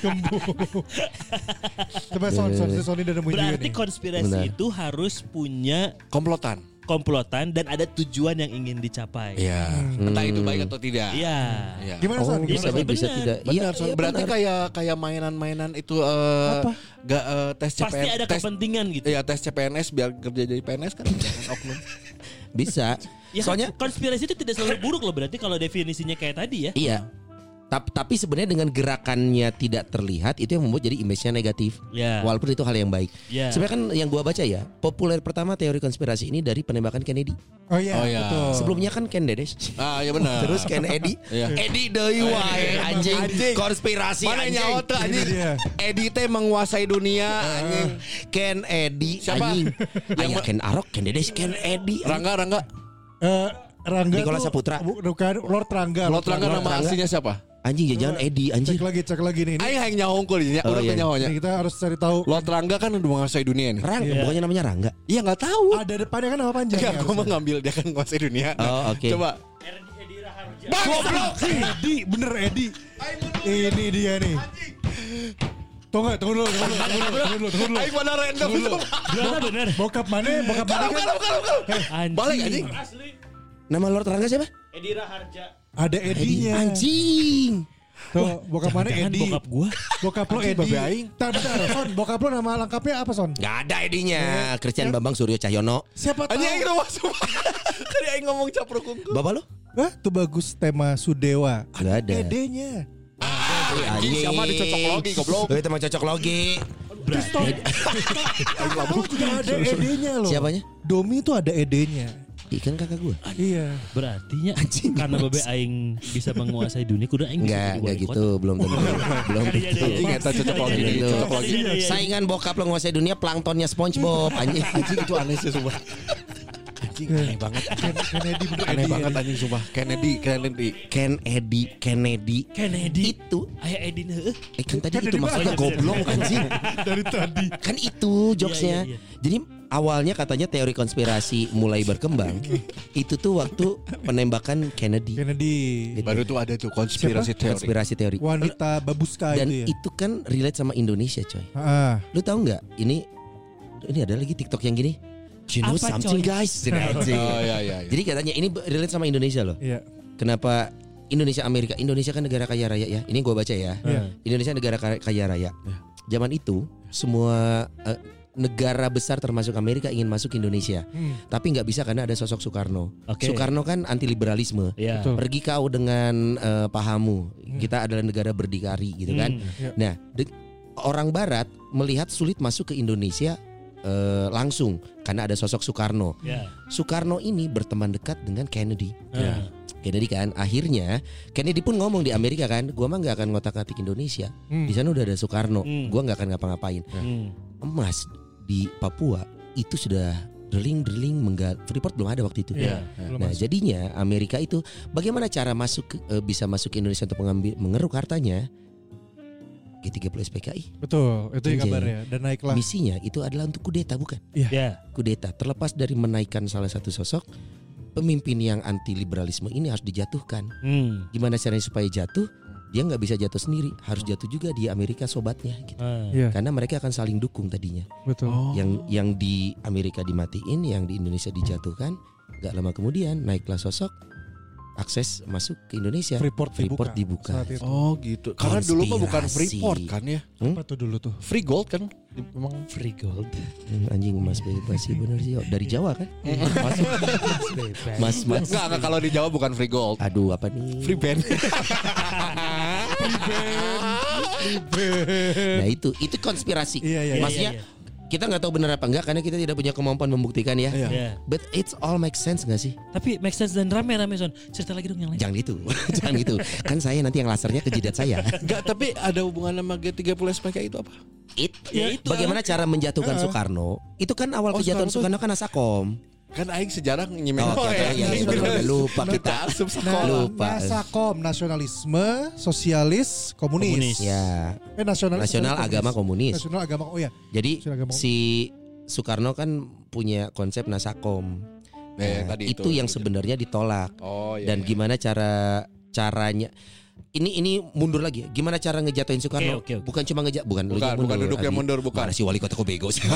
Coba Son, Son, si Sony udah nemuin juga Berarti nih. konspirasi Benar. itu harus punya Komplotan. komplotan dan ada tujuan yang ingin dicapai. Iya. Entah itu baik atau tidak. Iya. Iya. Gimana Oh, Son? Iya, bisa berarti baik, bisa benar. tidak. Benar, Iya, Son. iya, Berarti benar. kayak kayak mainan-mainan itu eh Apa? Gak eh, tes C P N Pasti ada tes, kepentingan gitu. Iya, tes C P N S biar kerja jadi P N S kan jangan oknum. bisa. Ya, Soalnya konspirasi itu tidak selalu buruk loh berarti kalau definisinya kayak tadi ya. iya. Tapi, tapi sebenarnya dengan gerakannya tidak terlihat itu yang membuat jadi image-nya negatif. Ya. Walaupun itu hal yang baik. Ya. Sebenarnya kan yang gua baca ya, populer pertama teori konspirasi ini dari penembakan Kennedy. Oh iya, Oh, iya. betul. Sebelumnya kan Ken Dedes. Ah, ya benar. Terus Ken Edi. Iya. Edi deui wae anjing. Anjing. Konspirasi Mana anjing. nyawa tuh Ini anjing? dia. Edi teh menguasai dunia anjing. Ken Edi Siapa? anjing. Yang Aya Ken Arok, Ken Dedes, Ken Edi. Rangga, Rangga. Eh, Rangga Nicholas tuh- Saputra. bu- Bukan Lord Rangga. Lo Rangga nama Rangga. aslinya siapa? Anjing jangan Edi anjing. Cek lagi, cek lagi nih. Ini, Aing hayang nyaungkul ya, Oh, urang iya. teh nyahonya. ini kita harus cari tahu. Lo Rangga kan udah menguasai dunia nih. Rangga, Iya. bukannya namanya Rangga. Iya enggak tahu. Ada depannya kan nama panjang. Enggak, ya, gua mau harusnya. ngambil dia kan menguasai dunia. Oh, oke. Coba. Goblok Edi, bener Edi. Ini dia nih. Tunggu, tunggu dulu, tunggu dulu, tunggu dulu, tunggu dulu, tunggu dulu. Aing pada random Tunggu dulu. Ternyata bener. Bokap mana? Bokap mana Kalau kan? kalau kalau kalau. Anjing. Balik anjing. Nama Lord Rangga siapa? Edira Harja. Ada Edi. Edinya. Anjing. Tuh, bokap mana Jangan Edi? bokap gua. Bokap lo Anjing, Edi. babe aing. Bentar, bentar, Son. Bokap lo nama lengkapnya apa, Son? Gak ada Edinya. Christian Bambang Suryo Cahyono. Siapa tahu? Anjing aing rumah semua. Tadi aing ngomong capruk kungku. Bapak lo? Hah, tuh bagus tema Sudewa. Gak ada. Edenya. Anjing sama dicocok logi goblok. Itu emang cocok logi. Lu juga ada edenya loh. Siapanya? Domi tuh ada edenya. Ikan kakak gue. Iya. Berartinya Anjing, karena Mas. Bebe aing bisa menguasai dunia kudu aing bisa Enggak, jadi enggak wali gitu, belum tentu. Belum tentu. Anjing eta cocok logi. Gitu. Cocok logi. Saingan bokap lo nguasai dunia planktonnya SpongeBob anjing. Anjing itu aneh sih sumpah. Anjing aneh banget. Ken- Kennedy bener Aneh Edi, banget Edi. anjing sumpah. Kennedy, Kennedy. Ken Edi, Kennedy. Kennedy. Itu. Aya Edin heeh. Eh kan tadi Kan itu dari maksudnya mana? goblok anjing. Dari tadi. Kan itu jokesnya. Iya, iya, iya. Jadi awalnya katanya teori konspirasi mulai berkembang. Itu tuh waktu penembakan Kennedy. Kennedy. Baru tuh ada tuh konspirasi teori. Konspirasi teori. Wanita babuska Dan itu ya. itu kan relate sama Indonesia coy. Ah, Lu tahu nggak? Ini ini ada lagi TikTok yang gini. You know Apa, something coy? guys. Anjing. Oh iya iya. iya. Jadi katanya ini relate sama Indonesia loh. iya. Kenapa Indonesia Amerika? Indonesia kan negara kaya raya ya. Ini gua baca ya. Iya. Indonesia negara kaya kaya raya. Zaman itu semua eh, negara besar termasuk Amerika ingin masuk ke Indonesia. Hmm. Tapi nggak bisa karena ada sosok Soekarno. Oke. Soekarno kan anti liberalisme. Iya. Betul. Pergi kau dengan eh, pahamu. Kita adalah negara berdikari gitu kan. Hmm. Iya. Nah, de- orang barat melihat sulit masuk ke Indonesia eh, langsung karena ada sosok Soekarno. Ya. Soekarno ini berteman dekat dengan Kennedy. Ya. Kennedy kan akhirnya Kennedy pun ngomong di Amerika kan, gua mah nggak akan ngotak-ngatik Indonesia. Hmm. Di sana udah ada Soekarno, Hmm. gua nggak akan ngapa-ngapain. Hmm. Emas di Papua itu sudah drilling-drilling menggal. Freeport belum ada waktu itu. Iya. Belum Nah, masuk. jadinya Amerika itu bagaimana cara masuk ke- eh, bisa masuk ke Indonesia untuk mengambil mengeruk hartanya? G tiga puluh S P K I. Betul, itu yang Anjing. kabarnya. Dan naiklah. Misinya itu adalah untuk kudeta bukan? Ya. Kudeta. Terlepas dari menaikkan salah satu sosok, pemimpin yang anti liberalisme ini harus dijatuhkan. Hmm. Gimana caranya supaya jatuh? Dia nggak bisa jatuh sendiri, harus jatuh juga di Amerika sobatnya gitu. Ah. Iya, Karena mereka akan saling dukung tadinya. betul. Yang yang di Amerika dimatiin, yang di Indonesia dijatuhkan. Gak lama kemudian naiklah sosok, akses masuk ke Indonesia. Freeport, Freeport dibuka. saat itu. Oh gitu. Karena dulu mah bukan Konspirasi. Freeport kan ya. Apa tuh dulu tuh? Free gold kan. Memang Free gold. Hmm, anjing emas bebas sih bener sih. Dari Jawa kan? Mas mas. enggak enggak kalau di Jawa bukan free gold. Aduh apa nih? Free band. Nah itu itu konspirasi. Iya, iya, iya. Maksudnya Iya, kita nggak tahu benar apa enggak karena kita tidak punya kemampuan membuktikan ya. Iya. Ya. But it's all make sense gak sih? Tapi make sense dan rame-rame Son. Cerita lagi dong yang lain. Jangan gitu, jangan gitu. Kan saya nanti yang lasernya ke jidat saya. Enggak, tapi ada hubungan sama G tiga puluh S P K itu apa? It, Ya, itu. bagaimana cara menjatuhkan Uh-uh. Soekarno? Itu kan awal Oh, kejatuhan Soekarno Soekarno kan Asakom. Kan aing sejarah nyimen. Oh, oke, ya. ya, ya, lupa kita. asup Nah, sekolah. Lupa. Nasakom, nasionalisme, sosialis, komunis. Komunis. Ya, Eh nasionalis, nasional komunis. agama komunis. Nasional agama oh ya. Jadi Nasional agama. si Soekarno kan punya konsep Nasakom. Nah, yang Nah, tadi itu yang sebenarnya ditolak. Oh iya. Dan iya. gimana cara caranya ini ini mundur lagi ya. Gimana cara ngejatuhin Soekarno? Oke, oke, oke. Bukan cuma ngejat, bukan lu Bukan, yang bukan duduk yang Adi. mundur, bukan. Mana si wali kota kok bego sih?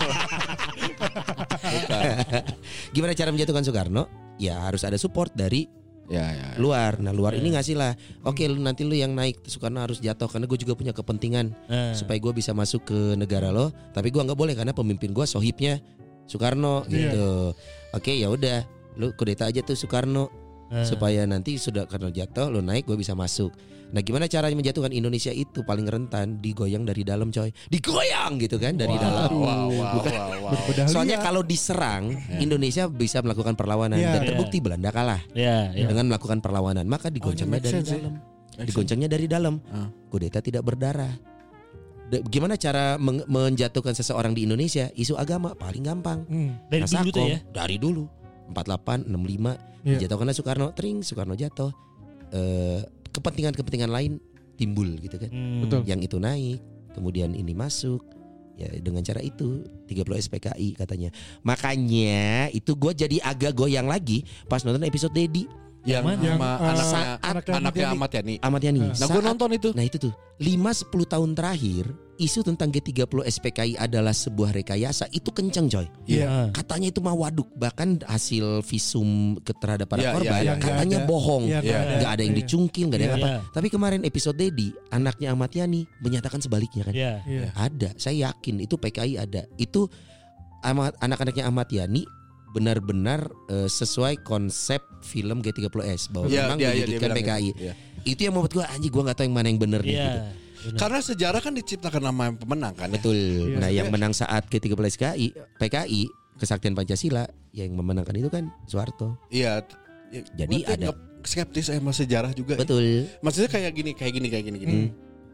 Bukan. Gimana cara menjatuhkan Soekarno? Ya harus ada support dari Ya ya. luar. Nah luar Ya. ini ngasih lah. Oke, lu nanti lu yang naik Soekarno harus jatuh karena gue juga punya kepentingan Nah. supaya gue bisa masuk ke negara lo. Tapi gue nggak boleh karena pemimpin gue sohibnya Soekarno Iya. gitu. Oke ya udah, lu kudeta aja tuh Soekarno. Nah. Supaya nanti sudah karena jatuh lo naik gue bisa masuk. Nah gimana caranya menjatuhkan Indonesia itu paling rentan digoyang dari dalam coy. Digoyang gitu kan dari Wow, dalam. wow, wow, Bukan. wow, wow. Berpedal Soalnya liar. kalau diserang Indonesia bisa melakukan perlawanan Iya. dan terbukti Belanda kalah Ya, ya. dengan melakukan perlawanan. Maka digoncangnya make dari sense, ya. dalam. Make Digoncangnya dari dalam. Ah. Kudeta tidak berdarah. De- gimana cara meng- menjatuhkan seseorang di Indonesia? Isu agama paling gampang. Hmm. Dari dulu tuh Nasakom, ya. Dari dulu. empat puluh delapan, enam puluh lima Iya. dijatuhkan Soekarno, tring Soekarno jatuh. Eh, kepentingan-kepentingan lain timbul gitu kan. Hmm. Betul. Yang itu naik, kemudian ini masuk. Ya dengan cara itu tiga puluh S P K I katanya. Makanya itu gue jadi agak goyang lagi pas nonton episode Dedi Yang Mana? sama Yang, uh, anaknya anaknya anaknya Ahmad Ahmad Yani. Ahmad Yani. Nah, Nah, gue Saat- nonton itu. Nah itu tuh lima sampai sepuluh tahun terakhir isu tentang G tiga puluh S P K I adalah sebuah rekayasa. Itu kenceng coy. Iya. Ah. Katanya itu mah waduk. Bahkan hasil visum ke- terhadap para Iya, korban iya, iya. katanya Nggak ada. bohong. Iya, Iya. Nggak ada yang Iya. dicungkil, nggak ada yang Iya. apa. Tapi kemarin episode Dedi, anaknya Ahmad Yani menyatakan sebaliknya kan. Ya. Iya. Ada, saya yakin itu P K I ada. Itu Ahmad- anak-anaknya Ahmad Yani benar-benar eh, sesuai konsep film G tiga puluh S bahwa Iya, memang dia- iya, dia diwujudkan bilang P K I. gitu. Iya. Itu yang membuat gue anjing gue nggak tahu yang mana yang benar nih. Iya. Gitu. Benar. Karena sejarah kan diciptakan nama yang pemenang kan. Ya? Betul. Iya. Nah, yang Iya. menang saat G tiga puluh S K I, P K I, Kesaktian Pancasila, yang memenangkan itu kan Soeharto. Iya. Ya, Jadi gua tuh ada- nggak skeptis sama sejarah juga. Betul. Maksudnya kayak gini, kayak gini, kayak gini, gini. Hmm.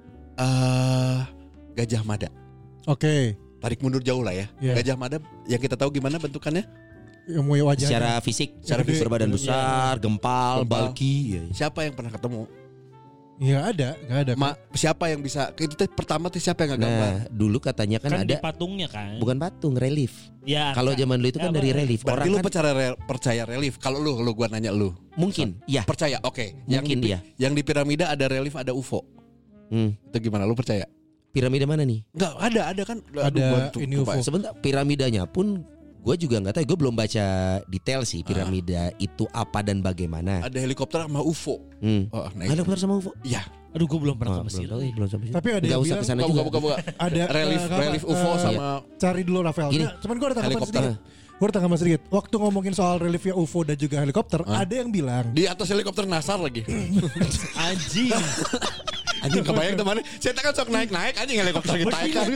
Eh, Gajah Mada. Oke. Tarik mundur jauh lah ya. Iya. Gajah Mada yang kita tahu gimana bentukannya? Yang mau wajahnya. Secara fisik, Secara fisik. berbadan besar, gempal, Gempal. bulky. Ya, ya. Siapa yang pernah ketemu? Iya ada, nggak ada. Ma, siapa yang bisa? Itu teh pertama tuh siapa yang nggak gambar? Nah, dulu katanya kan, Kan ada di patungnya kan. bukan patung, relief. Ya. Kalau kan. zaman dulu itu kan Ya, dari Bang. relief. Berarti Orang lu kan percaya re- percaya relief? Kalau lu, lu gua nanya lu. mungkin, ya, Percaya? Oke. Yang mungkin di, dia. Yang di piramida ada relief, ada U F O. Hmm. Itu gimana? Lu percaya? Piramida mana nih? Enggak, ada, ada kan? Ada bantu- ini U F O. coba. Sebentar, piramidanya pun gue juga nggak tahu. Gue belum baca detail sih piramida itu apa dan bagaimana. Ada helikopter sama U F O. Hmm. Oh, nah Ada itu. putar sama U F O? Iya. Aduh, gue belum pernah Oh, ke Mesir. belum tahu, belum sampai situ. Tapi ada Nggak yang usah bilang kesana Buka, juga. buka, buka, buka. ada Relief, eh, nggak relief apa, U F O eh, sama cari dulu Rafael. Gini. Nah, cuman gue ada tanggapan Helikopter. sedikit. Gue ada tanggapan sedikit. Waktu ngomongin soal reliefnya U F O dan juga helikopter, Hah? ada yang bilang di atas helikopter nasar lagi. Anjing. Anjing kebayang teman. Saya kan sok naik-naik anjing helikopter kita kan.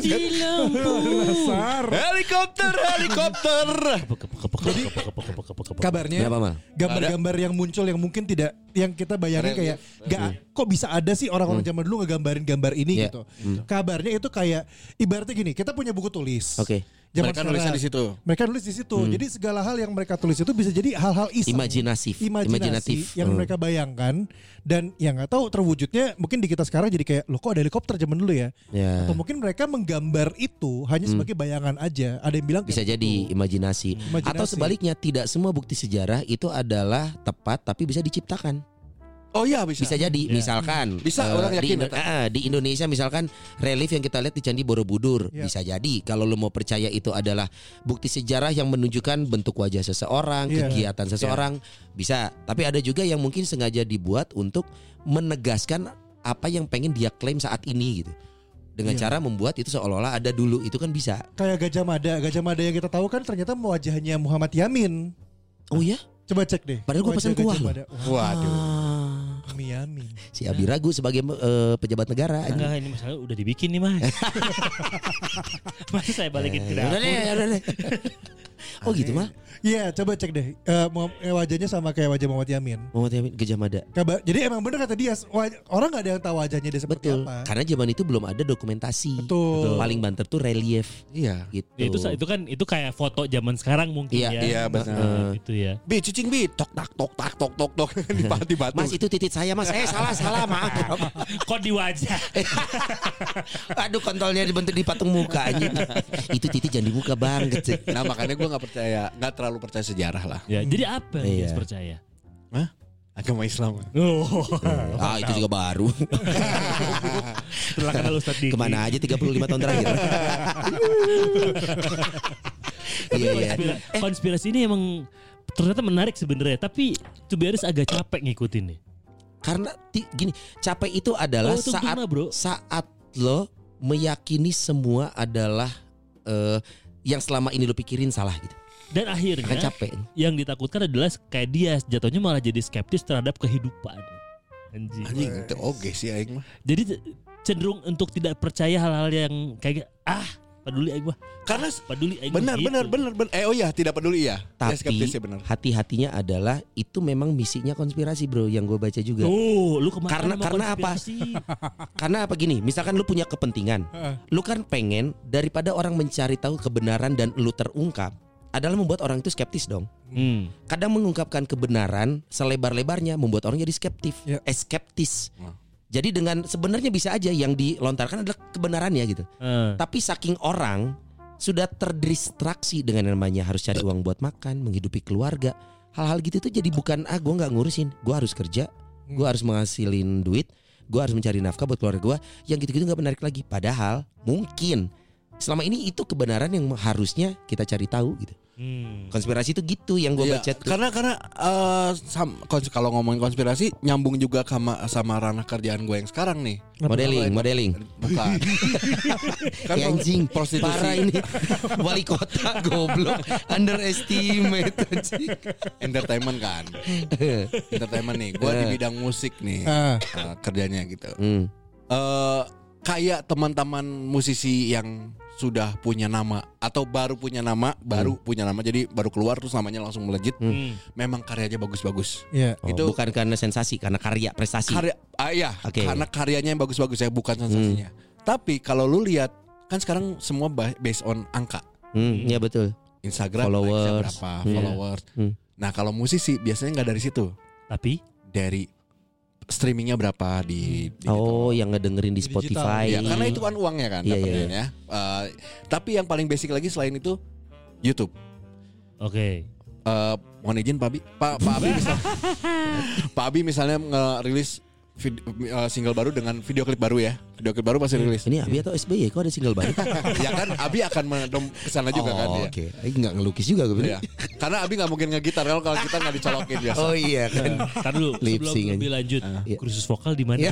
Nasar. Helikopter, helikopter. Kabarnya Berapa mal? gambar-gambar yang muncul yang mungkin tidak yang kita bayangin Relief. kayak gak kok bisa ada sih orang-orang zaman dulu ngegambarin gambar ini Iya. gitu. Kabarnya itu kayak ibaratnya gini, kita punya buku tulis. Oke. Zaman Mereka nulisnya sekarang. di situ. Mereka nulis di situ. Jadi segala hal yang mereka tulis itu bisa jadi hal-hal iseng. Imajinatif. Imajinasi Imajinatif. yang Hmm. mereka bayangkan dan yang nggak tahu terwujudnya mungkin di kita sekarang jadi kayak loh kok ada helikopter zaman dulu ya. Ya. Atau mungkin mereka menggambar itu hanya sebagai bayangan aja. Ada yang bilang Bisa kayak jadi gitu. imajinasi. Imajinasi. Atau sebaliknya tidak semua bukti sejarah itu adalah tepat tapi bisa diciptakan. Oh iya bisa. Bisa jadi Ya. misalkan Bisa, eh, orang di, yakin, Indo- ya, eh, di Indonesia misalkan relief yang kita lihat di Candi Borobudur Ya. bisa jadi kalau lu mau percaya itu adalah bukti sejarah yang menunjukkan bentuk wajah seseorang, Ya. kegiatan seseorang bisa. Tapi ada juga yang mungkin sengaja dibuat untuk menegaskan apa yang pengen dia klaim saat ini gitu. Dengan Ya. cara membuat itu seolah-olah ada dulu, itu kan bisa. Kayak Gajah Mada. Gajah Mada yang kita tahu kan ternyata wajahnya Muhammad Yamin. Oh ya? Coba cek deh. Padahal gua Wajah pesan kuah Gajah loh. Mada. Wah, Waduh. Ah. Yamin. Si Abi ragu sebagai eh, pejabat negara. Enggak, ini masalah udah dibikin nih, Mas. Masa saya balikin ke Udah deh, dapur. udah deh. Oh gitu mah? Iya, coba cek deh. Eh, Muhammad- eh, wajahnya sama kayak wajah Muhammad Yamin. Muhammad Yamin Gajah Mada. Kabar, jadi emang bener kata dia, waj- orang nggak ada yang tahu wajahnya dia seperti Betul. apa. Karena zaman itu belum ada dokumentasi. Betul. Paling banter tuh relief Iya. gitu. Ya, itu itu kan itu kayak foto zaman sekarang mungkin Iya, ya. iya, benar. Nah, itu ya. Bi cicing bi tok tak tok tak tok tok tok di di batu. Mas itu titik saya mas. Eh salah salah maaf. Kok di wajah? Aduh kontolnya dibentuk di patung muka anjing. Itu titik jangan di muka banget sih. Nah makanya gue nggak percaya, nggak terlalu percaya sejarah lah. Ya, jadi apa yang Iya. dia percaya? Hah? Agama Islam. Oh. Ah itu juga baru. Setelah kenal Ustadz Diki. Kemana aja tiga puluh lima tahun terakhir. Iya iya. Konspira- konspirasi ini emang ternyata menarik sebenarnya, tapi to be honest agak capek ngikutin nih. Karena ti- gini, capek itu adalah Oh, itu saat gimana, bro? saat lo meyakini semua adalah eh, yang selama ini lo pikirin salah gitu. Dan akhirnya Akan capek. yang ditakutkan adalah kayak dia jatuhnya malah jadi skeptis terhadap kehidupan. Anjing. Anjing itu oke sih aing mah. Jadi cenderung untuk tidak percaya hal-hal yang kayak ah peduli aing mah. Karena Peduli aing benar mah benar gitu. benar benar. Eh oh iya tidak peduli ya. Tapi Ya, skeptis ya benar. hati-hatinya adalah itu memang misinya konspirasi bro yang gue baca juga. Tuh, lu kemarin Karena- sama karena apa? konspirasi. Karena apa gini, misalkan lu punya kepentingan, lu kan pengen daripada orang mencari tahu kebenaran dan lu terungkap adalah membuat orang itu skeptis dong. Hmm. Kadang mengungkapkan kebenaran selebar-lebarnya membuat orang jadi skeptif, Ya. eh skeptis. Hmm. Jadi dengan sebenarnya bisa aja yang dilontarkan adalah kebenarannya gitu. Eh. Tapi saking orang sudah terdistraksi dengan yang namanya harus cari uang buat makan, menghidupi keluarga. Hal-hal gitu tuh jadi bukan ah gue nggak ngurusin, gue harus kerja, gue harus menghasilin duit, gue harus mencari nafkah buat keluarga gue. Yang gitu-gitu nggak menarik lagi. Padahal mungkin selama ini itu kebenaran yang harusnya kita cari tahu gitu. Hmm. Konspirasi itu gitu yang gue Iya, baca tuh. karena karena eh, sam- kons- kalau ngomongin konspirasi nyambung juga sama sama ranah kerjaan gue yang sekarang nih. Modeling, modeling. Bukan. Kan Kayak anjing, prostitusi. parah ini. Wali kota goblok, underestimate anjing. Entertainment kan. Entertainment nih. Gue di bidang musik nih. Ah. eh, kerjanya gitu. Hmm. Eh kayak teman-teman musisi yang sudah punya nama atau baru punya nama, baru punya nama jadi baru keluar terus namanya langsung melejit. Hmm. Memang karyanya bagus-bagus. Iya. Oh, Itu- bukan karena sensasi, karena karya, prestasi. Karya ah iya, Oke. karena karyanya yang bagus-bagus ya, bukan sensasinya. Tapi kalau lu lihat kan sekarang semua ba- based on angka. Hmm, ya betul. Instagram Followers. likes-nya berapa, Hmm. followers. Hmm. Nah, kalau musisi biasanya nggak dari situ. Tapi Dari streamingnya berapa di, di Oh, yang ngedengerin di Di Spotify. Ya, karena itu kan uangnya kan Iya, dapetnya iya. ya. Eh, tapi yang paling basic lagi selain itu YouTube. oke. Eh, mohon izin Pak Abi, Pak Pak Abi misal, Pak Abi misalnya ngerilis vid- eh, single baru dengan video klip baru ya. Video klip baru pasti rilis. Ini Abi atau S B Y? Kok ada single baru? Ya kan Abi akan mendom kesana juga kan oh, dia. Oke. Okay. Enggak ngelukis juga gue bilang. Iya. Karena Abi nggak mungkin ngegitar kalau kalau kita nggak dicolokin biasa. Oh iya kan. Tar dulu Lip sebelum sync aja. lebih lanjut. Iya. Kursus vokal di mana? Iya.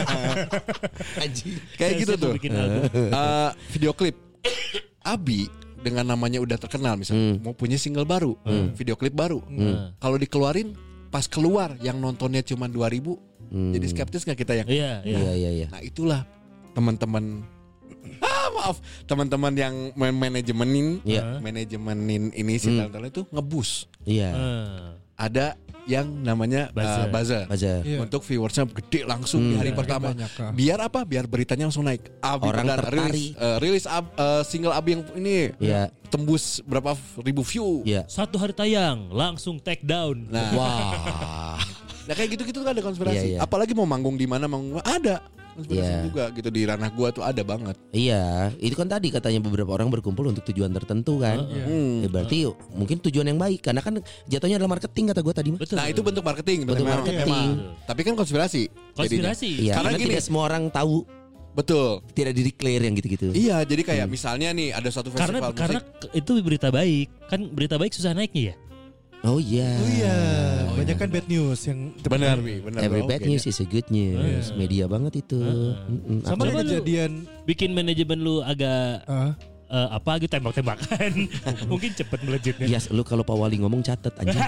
Anjing. Kayak gitu Saya mau tuh. bikin album. Eh, video klip. Abi dengan namanya udah terkenal misalnya Hmm. mau punya single baru, video klip baru. Hmm. Kalau dikeluarin pas keluar yang nontonnya cuma dua ribu, Hmm. jadi skeptis nggak kita yang? Iya, iya. Iya iya iya. Nah itulah teman-teman ah maaf teman-teman yang man- manajemenin Iya. manajemenin ini si Hmm. talent itu ngebus. Iya. Eh. Ada yang namanya Buzzer. uh, buzzer. Bazar. Iya. Untuk viewersnya gede langsung di Hmm. hari pertama. Banyak, ah. Biar apa? Biar beritanya langsung naik. Abi Orang benar tertarik. rilis eh, rilis ab- eh, single Abi yang ini Iya. tembus berapa ribu view. Iya. Satu hari tayang langsung take down. Nah, Wah. nah kayak gitu-gitu kan ada konspirasi. Iya, iya. Apalagi mau manggung di mana manggung ada konspirasi Iya. juga gitu di ranah gua tuh ada banget. Iya, itu kan tadi katanya beberapa orang berkumpul untuk tujuan tertentu kan. Iya. Hmm. Ya, berarti mungkin tujuan yang baik karena kan jatuhnya adalah marketing kata gue tadi mah. Betul. Nah, itu bentuk marketing, Bentuk memang. marketing. Betul. Tapi kan konspirasi. jadinya. Konspirasi. Iya, Karena karena gini. tidak semua orang tahu, Betul. tidak di declare yang gitu-gitu. Iya, jadi kayak misalnya nih ada suatu Karena festival karena musik. ke- itu berita baik. Kan berita baik susah naiknya ya. Oh iya. Oh iya, banyak kan bad news yang Benar, Bi, benar. Every bro. bad Oke, news is a good news. Iya. Media banget itu. Mm-mm. sama Coba kayak lu- kejadian Bikin manajemen lu agak ah, eh, apa gitu tembak-tembakan. Mungkin cepet melejitnya. Yes, lu kalau Pak Wali ngomong catet anjing.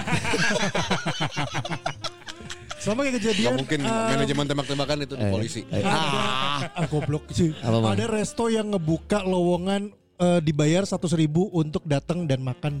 sama kayak Gak kejadian mungkin ah, manajemen tembak-tembakan itu di Eh, polisi. eh, ah, ah, goblok sih. Apa, Bang? Ada resto yang ngebuka lowongan eh, dibayar seratus ribu untuk datang dan makan di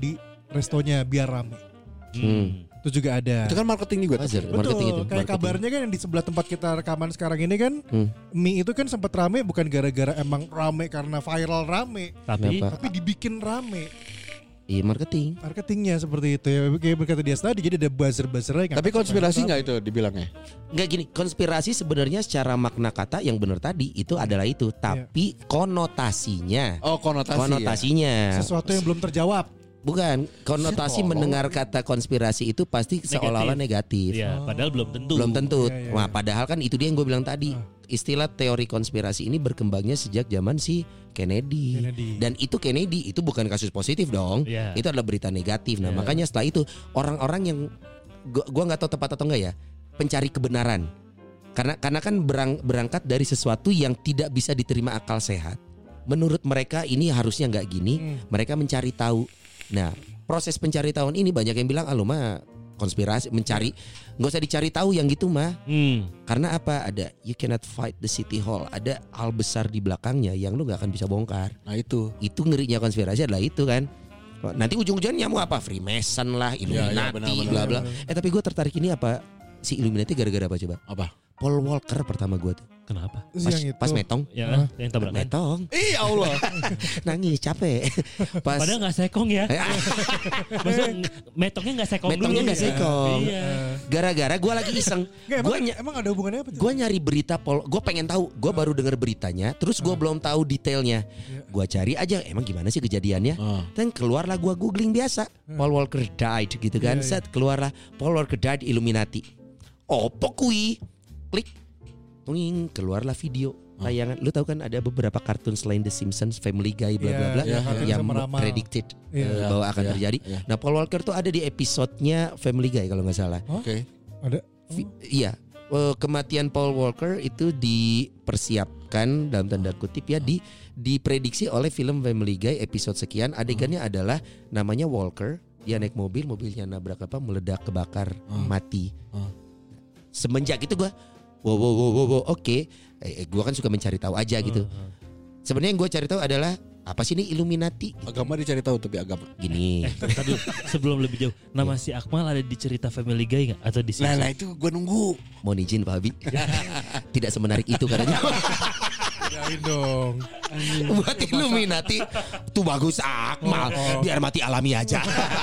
restonya biar rame. Hmm. Itu juga ada. Itu kan marketing juga. Buzzer, Betul, marketing itu. kayak marketing. kabarnya kan yang di sebelah tempat kita rekaman sekarang ini kan Hmm. mie itu kan sempat rame bukan gara-gara emang rame karena viral rame, Tapi Kenapa? tapi dibikin rame Iya marketing. marketingnya seperti itu ya. Kayak berkata dia tadi jadi ada buzzer-buzzernya. Tapi konspirasi nggak itu dibilangnya? Nggak gini, konspirasi sebenarnya secara makna kata yang benar tadi itu adalah itu, tapi konotasinya. Oh konotasi. Konotasinya. Sesuatu yang belum terjawab. Bukan, konotasi Siapa? mendengar kata konspirasi itu pasti seolah-olah negatif. ya padahal belum tentu. Belum tentu. Iya, iya, Nah, iya. padahal kan itu dia yang gue bilang tadi. Istilah teori konspirasi ini berkembangnya sejak zaman si Kennedy. Kennedy. Dan itu Kennedy itu bukan kasus positif dong. Iya. Itu adalah berita negatif. Nah, Iya. makanya setelah itu orang-orang yang gua, gua nggak tahu tepat atau enggak ya, pencari kebenaran. Karena karena kan berang, berangkat dari sesuatu yang tidak bisa diterima akal sehat. Menurut mereka ini harusnya nggak gini. Hmm. Mereka mencari tahu. Nah, proses pencari tahuan ini banyak yang bilang, ah lu mah konspirasi, mencari, nggak usah dicari tahu yang gitu mah. Hmm. Karena apa? Ada you cannot fight the city hall. Ada hal besar di belakangnya yang lu nggak akan bisa bongkar. Nah itu. Itu ngerinya konspirasi adalah itu kan. Nanti ujung-ujungnya mau apa? Freemason lah, Illuminati, benar, benar, bla bla. benar. Eh tapi gue tertarik ini apa? Si Illuminati gara-gara apa coba? Apa? Paul Walker pertama gue tuh. Kenapa? Terus Pas, yang itu. pas metong, Ya, yang tabrakan. metong, Ih Allah. nangis capek. Pas Padahal nggak sekong ya. Eh, Maksudnya metongnya nggak sekong dulu. Metongnya nggak ya? sekong. Iya. gara-gara gue lagi iseng. Nggak, emang, Gue ny- emang ada hubungannya apa? Gue nyari berita Paul, gue pengen tahu. Gue baru dengar beritanya, terus gue belum tahu detailnya. Gue cari aja, emang gimana sih kejadiannya? Ah. Dan keluarlah gue googling biasa, Paul Walker died gitu kan. Iya, iya. Set keluarlah Paul Walker died Illuminati. Opo kui, klik, Tuing, keluarlah video tayangan. Lu tahu kan ada beberapa kartun selain The Simpsons, Family Guy, bla bla Iya, bla, iya, kartun yang sama ramal. predicted Iya. eh, bahwa akan Iya, terjadi. iya. Nah Paul Walker tuh ada di episodenya Family Guy kalau nggak salah. Oke. Ada. Vi- Iya, eh, kematian Paul Walker itu dipersiapkan dalam tanda kutip ya, di diprediksi oleh film Family Guy episode sekian. Adegannya adalah namanya Walker, dia naik mobil, mobilnya nabrak apa, meledak, kebakar, mati. Hmm. Semenjak itu gue, wow wow wow wow, wow oke, eh, gue kan suka mencari tahu aja gitu. Sebenarnya yang gue cari tahu adalah apa sih ini Illuminati? Agama dicari tahu tapi agama. Gini, Eh, bentar dulu. Sebelum lebih jauh, nama si Akmal ada di cerita Family Guy nggak? Atau di Nah, Simpsons? nah itu gue nunggu. mohon izin Pak Habib, tidak semenarik itu katanya. Yain dong. Buat Illuminati tuh bagus Akmal, biar mati alami aja.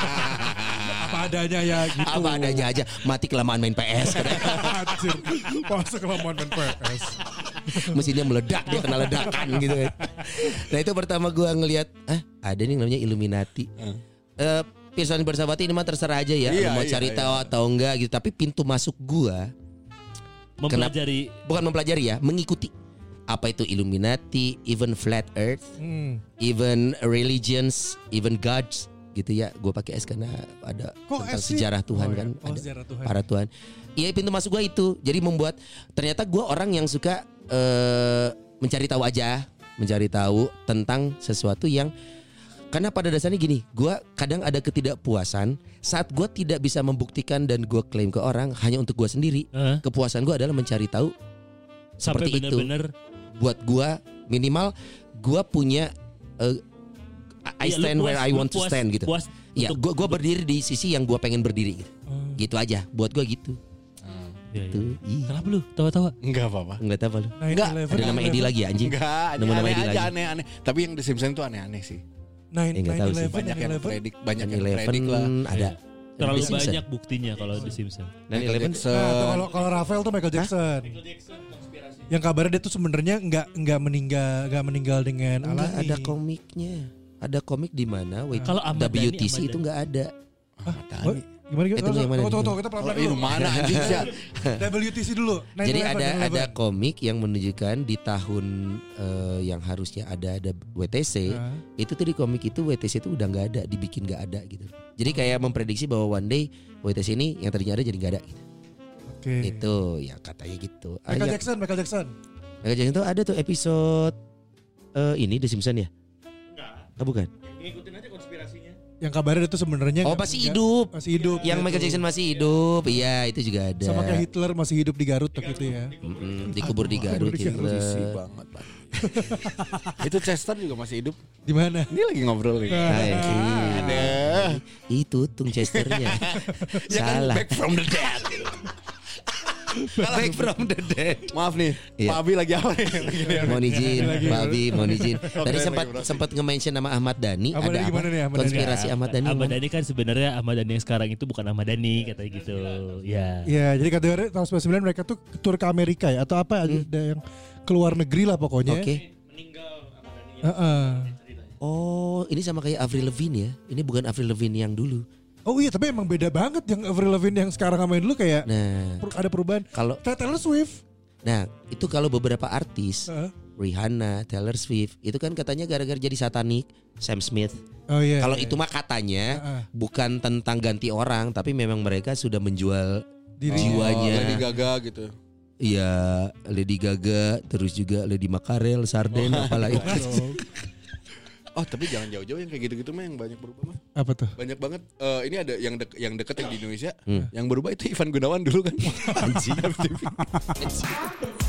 Apa adanya ya gitu. Apa adanya aja, mati kelamaan main P S. Anjir. Masa kelamaan main P S. Mesinnya meledak, dia kena ledakan gitu kan. Nah itu pertama gua ngelihat, ah ada nih namanya Illuminati. Eh Pirsawan Bersahabati ini mah terserah aja ya, Iya, lu mau iya, cari iya. tahu atau enggak gitu. Tapi pintu masuk gua Mempelajari bukan mempelajari ya, mengikuti. Apa itu Illuminati, even flat earth, Hmm. even religions, even gods gitu ya. Gue pakai S karena ada Kok tentang S sih? sejarah Tuhan Oh, kan, iya. Oh, ada sejarah Tuhan. para Tuhan. Iya pintu masuk gue itu. Jadi membuat ternyata gue orang yang suka eh, mencari tahu aja, mencari tahu tentang sesuatu yang, karena pada dasarnya gini, gue kadang ada ketidakpuasan saat gue tidak bisa membuktikan dan gue klaim ke orang hanya untuk gue sendiri. eh, Kepuasan gue adalah mencari tahu sampai seperti itu. benar-benar Buat gua minimal gua punya uh, I Iya, lu stand puas- where I lu want to puas- stand gitu. Puas Iya, untuk- gua gua berdiri di sisi yang gua pengen berdiri gitu. Oh. Gitu aja. Buat gua gitu. Iya, iya. Tuh. Ih, Kenapa lu tawa-tawa? Enggak apa-apa. enggak tahu lu. Enggak, Ada nama Edi lagi ya, anjing. Enggak, Nemu nama aneh Edi aja lagi. aneh-aneh. Tapi yang The Simpsons itu aneh-aneh sih. Nine, Eh, nggak tahu sih. Banyak yang predik, banyak yang Eleven predik lah. ada. Terlalu The Simpsons. banyak buktinya kalau di Simpsons. Dan Michael Eleven Jackson. Nah, tuh kalau kalau Rafael tuh Michael Jackson. Yang kabarnya dia tuh sebenarnya nggak nggak meninggal nggak meninggal dengan enggak alami. ada komiknya. Ada komik di mana? Wait, Kalau Ahmad W T C Dhani, Ahmad itu enggak ada. Oh, gimana Eh, gimana? tunggu, yang mana Tunggu, tunggu, dulu? tunggu, kita pelan-pelan Oh, ini dulu. mana anjing sih? W T C dulu. Jadi nine eleven, ada nine ada eleven. komik yang menunjukkan di tahun eh, yang harusnya ada ada W T C. Nah. Itu tuh di komik itu W T C itu udah nggak ada, dibikin nggak ada gitu. Jadi kayak memprediksi bahwa one day W T C ini yang tadinya ada jadi nggak ada gitu. Oke. Itu ya katanya gitu. Michael Aja- Jackson, Michael Jackson. Michael Jackson tuh ada tuh episode eh, ini The Simpsons ya? Oh, bukan. Ngikutin aja konspirasinya. Yang kabarnya itu sebenarnya Oh nggak- masih nggak- hidup. Masih hidup. Yang gitu. Michael Jackson masih hidup. Iya itu juga ada. Sama kayak Hitler masih hidup di Garut waktu itu ya. Mm-mm, dikubur di Garut Dikubur di Garut. Hitler. Isi banget, Pak. Itu Chester juga masih hidup. Di mana? Ini lagi ngobrol nih. Ada. Itu tung Chesternya. Salah. Back from the dead. Back from the dead. Maaf nih, Iya. Pak Abi lagi apa nih? Mohon izin, Babi, mohon izin. Tadi Oke, sempat lagi, sempat nge-mention nama Ahmad Dhani. Ahmad Ada Dhani apa? gimana nih, Ahmad Dhani? Konspirasi Ahmad Dhani. Ahmad gimana? Dhani kan sebenarnya Ahmad Dhani yang sekarang itu bukan Ahmad Dhani katanya gitu. Ya. Iya, jadi kategori tahun sembilan puluh sembilan mereka tuh tur ke Amerika ya atau apa Hmm. ada yang keluar negeri lah pokoknya. Oke. Heeh. Oh, ini sama kayak Avril Lavigne ya. Ini bukan Avril Lavigne yang dulu. Oh iya, tapi emang beda banget yang Avril Lavigne yang sekarang sama yang dulu kayak Nah, per- ada perubahan. kalau Kayak Taylor Swift. nah, itu kalau beberapa artis Heeh. Rihanna, Taylor Swift itu kan katanya gara-gara jadi satanik, Sam Smith. Oh iya. Kalau iya. itu mah katanya Heeh. bukan tentang ganti orang, tapi memang mereka sudah menjual Diri. jiwanya. Lady Gaga gitu. Iya, Lady Gaga, terus juga Lady Makarel, Sarden, apalah itu. Oh tapi jangan jauh-jauh yang kayak gitu-gitu mah yang banyak berubah mah. Apa tuh? Banyak banget. Eh, ini ada yang dek yang deket yang di Indonesia. Hmm. Yang berubah itu Ivan Gunawan dulu kan. Anjing.